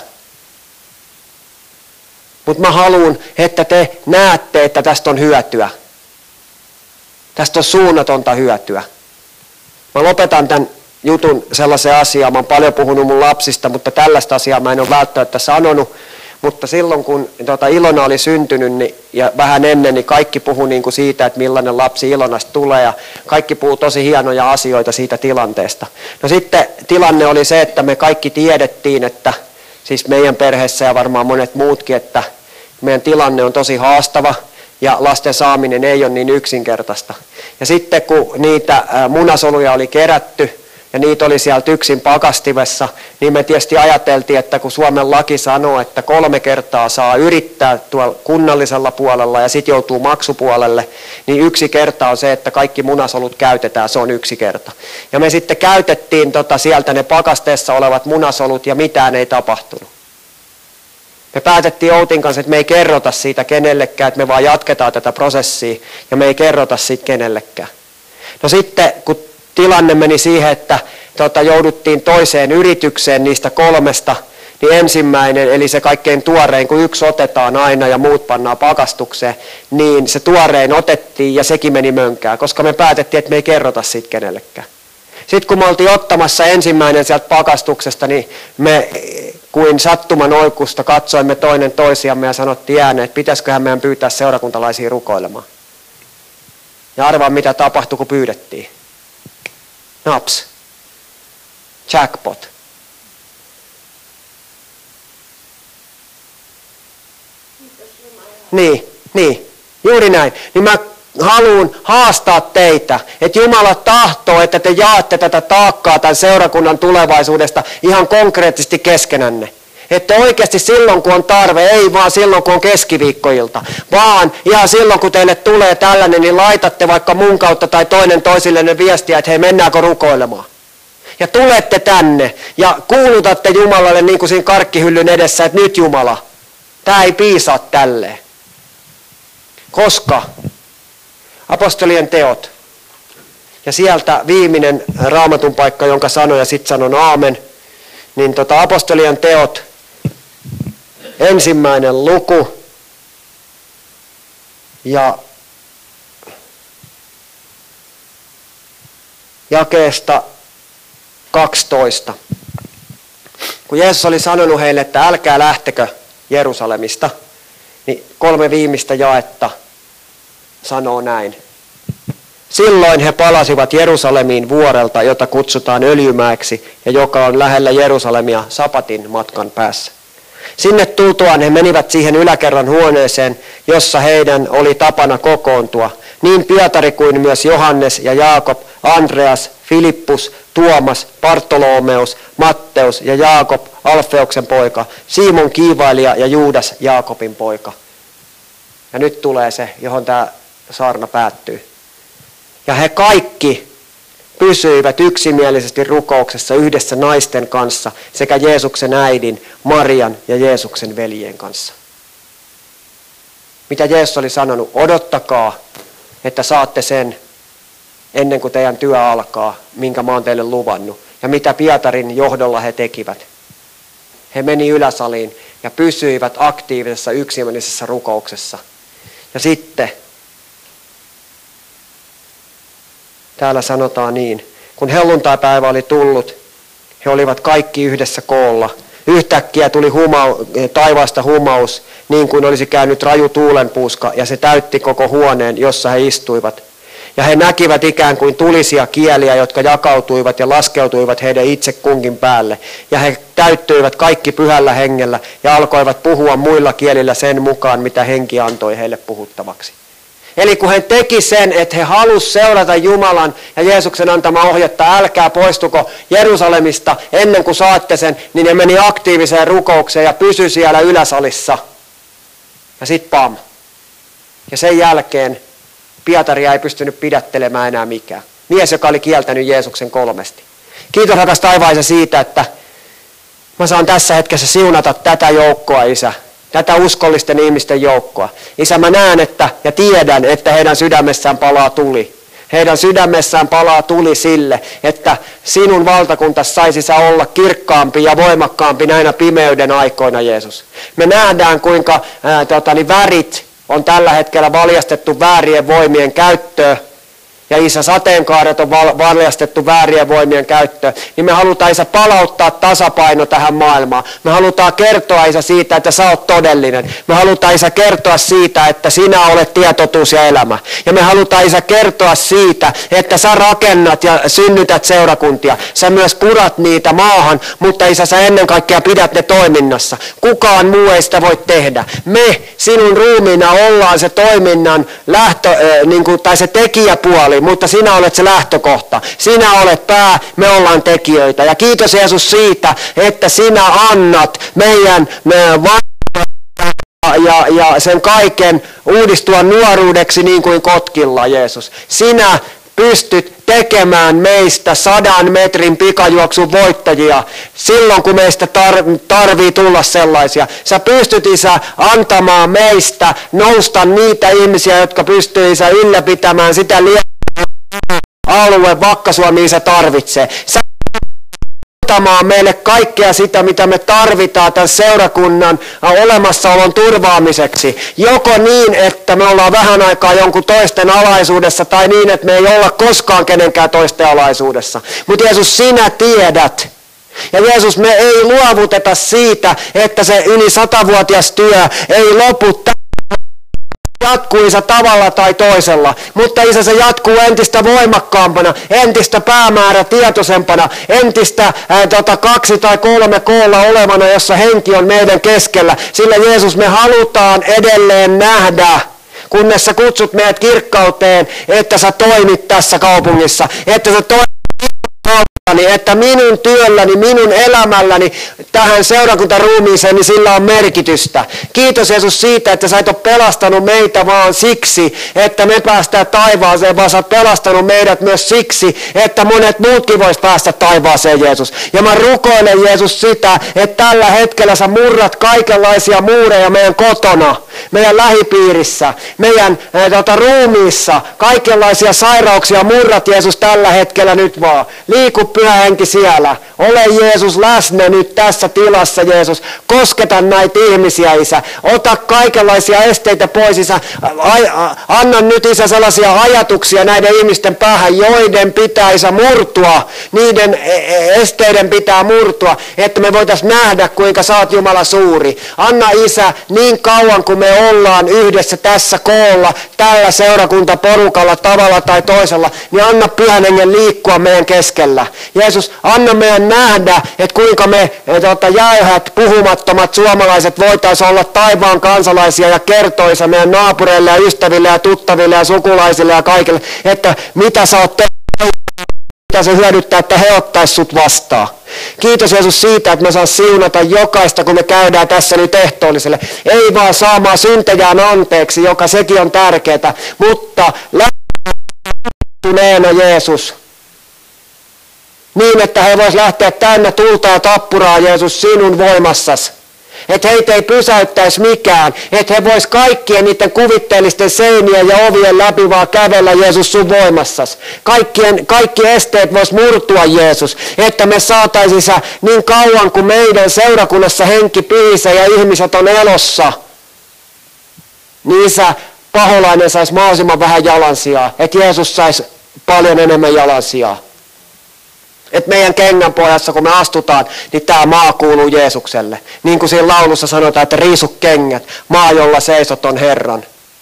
Mutta mä haluan, että te näette, että tästä on hyötyä. Tästä on suunnatonta hyötyä. Mä lopetan tämän jutun sellaiseen asiaan. Mä oon paljon puhunut mun lapsista, mutta tällaista asiaa mä en ole välttämättä sanonut. Mutta silloin kun Ilona oli syntynyt niin, ja vähän ennen, niin kaikki puhui niin kuin siitä, että millainen lapsi Ilonasta tulee. Ja kaikki puhuu tosi hienoja asioita siitä tilanteesta. No sitten tilanne oli se, että me kaikki tiedettiin, että siis meidän perheessä ja varmaan monet muutkin, että meidän tilanne on tosi haastava. Ja lasten saaminen ei ole niin yksinkertaista. Ja sitten kun niitä munasoluja oli kerätty ja niitä oli sieltä yksin pakastimessa, niin me tietysti ajateltiin, että kun Suomen laki sanoo, että 3 kertaa saa yrittää tuolla kunnallisella puolella ja sitten joutuu maksupuolelle, niin 1 kerta on se, että kaikki munasolut käytetään, se on 1 kerta. Ja me sitten käytettiin sieltä ne pakasteessa olevat munasolut ja mitään ei tapahtunut. Me päätettiin Outin kanssa, että me ei kerrota siitä kenellekään, että me vaan jatketaan tätä prosessia ja me ei kerrota siitä kenellekään. No sitten, kun tilanne meni siihen, että jouduttiin toiseen yritykseen niistä 3, niin ensimmäinen, eli se kaikkein tuorein, kun 1 otetaan aina ja muut pannaan pakastukseen, niin se tuorein otettiin ja sekin meni mönkään, koska me päätettiin, että me ei kerrota siitä kenellekään. Sitten kun me oltiin ottamassa ensimmäinen sieltä pakastuksesta, niin me kuin sattuman oikusta katsoimme toinen toisiamme ja sanottiin ääneen, että pitäisiköhän meidän pyytää seurakuntalaisia rukoilemaan. Ja arvaa mitä tapahtui, kun pyydettiin. Naps. Jackpot. Niin. Juuri näin. Niin mä haluan haastaa teitä, että Jumala tahtoo, että te jaatte tätä taakkaa tämän seurakunnan tulevaisuudesta ihan konkreettisesti keskenänne. Että oikeasti silloin, kun on tarve, ei vaan silloin, kun on keskiviikkoilta, vaan ihan silloin, kun teille tulee tällainen, niin laitatte vaikka mun kautta tai toinen toisillenne viestiä, että hei, mennäänkö rukoilemaan. Ja tulette tänne ja kuulutatte Jumalalle niin kuin siinä karkkihyllyn edessä, että nyt Jumala, tämä ei piisaa tälleen. Koska apostolien teot ja sieltä viimeinen Raamatun paikka, jonka sanoin ja sitten sanon aamen, niin apostolien teot, 1. luku ja jakeesta 12. Kun Jeesus oli sanonut heille, että älkää lähtekö Jerusalemista, niin 3 viimeistä jaetta sanoo näin. Silloin he palasivat Jerusalemiin vuorelta, jota kutsutaan Öljymäeksi ja joka on lähellä Jerusalemia sapatin matkan päässä. Sinne tultuaan he menivät siihen yläkerran huoneeseen, jossa heidän oli tapana kokoontua. Niin Pietari kuin myös Johannes ja Jaakob, Andreas, Filippus, Tuomas, Bartolomeus, Matteus ja Jaakob, Alfeuksen poika, Simon kiivailija ja Juudas, Jaakobin poika. Ja nyt tulee se, johon tämä saarna päättyy. Ja he kaikki pysyivät yksimielisesti rukouksessa yhdessä naisten kanssa sekä Jeesuksen äidin, Marian ja Jeesuksen veljien kanssa. Mitä Jeesus oli sanonut? Odottakaa, että saatte sen ennen kuin teidän työ alkaa, minkä mä oon teille luvannut. Ja mitä Pietarin johdolla he tekivät. He meni yläsaliin ja pysyivät aktiivisessa yksimielisessä rukouksessa. Ja sitten täällä sanotaan niin, kun helluntaipäivä oli tullut, he olivat kaikki yhdessä koolla. Yhtäkkiä tuli taivaasta humaus, niin kuin olisi käynyt raju tuulenpuuska, ja se täytti koko huoneen, jossa he istuivat. Ja he näkivät ikään kuin tulisia kieliä, jotka jakautuivat ja laskeutuivat heidän itse kunkin päälle. Ja he täyttyivät kaikki pyhällä hengellä ja alkoivat puhua muilla kielillä sen mukaan, mitä henki antoi heille puhuttavaksi. Eli kun he teki sen, että he halusivat seurata Jumalan ja Jeesuksen antamaa ohjetta, älkää poistuko Jerusalemista ennen kuin saatte sen, niin ne meni aktiiviseen rukoukseen ja pysyi siellä yläsalissa. Ja sit pam. Ja sen jälkeen Pietaria ei pystynyt pidättelemään enää mikään. Mies, joka oli kieltänyt Jeesuksen 3. Kiitos rakas taivaisa siitä, että mä saan tässä hetkessä siunata tätä joukkoa, Isä. Tätä uskollisten ihmisten joukkoa. Isä, mä näen ja tiedän, että heidän sydämessään palaa tuli. Heidän sydämessään palaa tuli sille, että sinun valtakuntasi saisi sä olla kirkkaampi ja voimakkaampi näinä pimeyden aikoina, Jeesus. Me nähdään, kuinka värit on tällä hetkellä valjastettu väärien voimien käyttöön. Ja Isä, sateenkaaret on valjastettu väärien voimien käyttöön, niin me halutaan, Isä, palauttaa tasapaino tähän maailmaan. Me halutaan kertoa, Isä, siitä, että sä oot todellinen. Me halutaan, Isä, kertoa siitä, että sinä olet tie, totuus ja elämä. Ja me halutaan, Isä, kertoa siitä, että sä rakennat ja synnytät seurakuntia. Sä myös purat niitä maahan, mutta Isä, sä ennen kaikkea pidät ne toiminnassa. Kukaan muu ei sitä voi tehdä. Me sinun ruumiina ollaan se toiminnan tai se tekijäpuoli. Mutta sinä olet se lähtökohta. Sinä olet pää, me ollaan tekijöitä. Ja kiitos Jeesus siitä, että sinä annat meidän ja sen kaiken uudistua nuoruudeksi niin kuin kotkilla, Jeesus. Sinä pystyt tekemään meistä 100 metrin pikajuoksun voittajia silloin, kun meistä tarvii tulla sellaisia. Sä pystyt, Isä, antamaan meistä nousta niitä ihmisiä, jotka pystyy, Isä, ylläpitämään sitä alue Vakka-Suomi, Isä, tarvitsee. Sä antamaan meille kaikkea sitä, mitä me tarvitaan tämän seurakunnan olemassaolon turvaamiseksi. Joko niin, että me ollaan vähän aikaa jonkun toisten alaisuudessa, tai niin, että me ei olla koskaan kenenkään toisten alaisuudessa. Mutta Jeesus, sinä tiedät. Ja Jeesus, me ei luovuteta siitä, että se yli 100-vuotias työ ei lopu jatkuu, Isä, tavalla tai toisella, mutta Isä, se jatkuu entistä voimakkaampana, entistä päämäärätietoisempana, entistä 2 tai 3 koolla olevana, jossa henki on meidän keskellä. Sillä Jeesus, me halutaan edelleen nähdä, kunnes sä kutsut meidät kirkkauteen, että sä toimit tässä kaupungissa, että sä toimit että minun työlläni, minun elämälläni tähän seurakuntaruumiiseen, niin sillä on merkitystä. Kiitos Jeesus siitä, että sä et ole pelastanut meitä vaan siksi, että me päästään taivaaseen, vaan sä oot pelastanut meidät myös siksi, että monet muutkin vois päästä taivaaseen, Jeesus. Ja mä rukoilen, Jeesus, sitä, että tällä hetkellä sä murrat kaikenlaisia muureja meidän kotona, meidän lähipiirissä, meidän ruumiissa, kaikenlaisia sairauksia murrat, Jeesus, tällä hetkellä nyt vaan. Liiku Pyhä Henki siellä. Ole Jeesus läsnä nyt tässä tilassa, Jeesus. Kosketa näitä ihmisiä, Isä. Ota kaikenlaisia esteitä pois, Isä. Anna nyt, Isä, sellaisia ajatuksia näiden ihmisten päähän, joiden pitää, Isä, murtua. Niiden esteiden pitää murtua, että me voitaisiin nähdä, kuinka sä oot, Jumala, suuri. Anna, Isä, niin kauan kuin me ollaan yhdessä tässä koolla, tällä seurakuntaporukalla tavalla tai toisella, niin anna Pyhän Hengen liikkua meidän keskellä. Jeesus, anna meidän nähdä, että kuinka me jäyhät, puhumattomat suomalaiset voitaisiin olla taivaan kansalaisia ja kertoisa meidän naapureille ja ystäville ja tuttaville ja sukulaisille ja kaikille, että mitä sä oot tehnyt, mitä se hyödyttää, että he ottaisivat sut vastaan. Kiitos Jeesus siitä, että me saa siunata jokaista, kun me käydään tässä nyt ehtoolliselle. Ei vaan saamaan syntejään anteeksi, joka sekin on tärkeää, mutta lähtuneena, Jeesus. Niin, että he vois lähteä tänne tulta ja tappuraa, Jeesus, sinun voimassasi. Että heitä ei pysäyttäisi mikään. Että he vois kaikkien niiden kuvitteellisten seinien ja ovien läpi vaan kävellä, Jeesus, sun voimassasi. Kaikki esteet vois murtua, Jeesus. Että me saataisiin Isä niin kauan kuin meidän seurakunnassa henki pihisee ja ihmiset on elossa. Niin Isä, paholainen saisi mahdollisimman vähän jalansijaa. Että Jeesus saisi paljon enemmän jalansijaa. Että meidän kengänpojassa, kun me astutaan, niin tämä maa kuuluu Jeesukselle. Niin kuin siinä laulussa sanotaan, että riisu kengät, maa jolla seisot on Herran.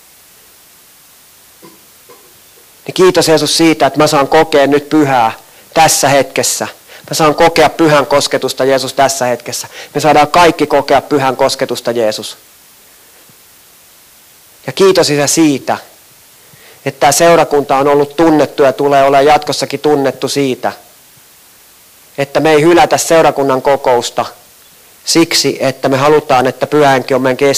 Niin kiitos Jeesus siitä, että mä saan kokea nyt pyhää tässä hetkessä. Mä saan kokea pyhän kosketusta Jeesus tässä hetkessä. Me saadaan kaikki kokea pyhän kosketusta Jeesus. Ja kiitos Isä siitä, että tämä seurakunta on ollut tunnettu ja tulee olemaan jatkossakin tunnettu siitä, että me ei hylätä seurakunnan kokousta siksi, että me halutaan, että Pyhä Henki on meidän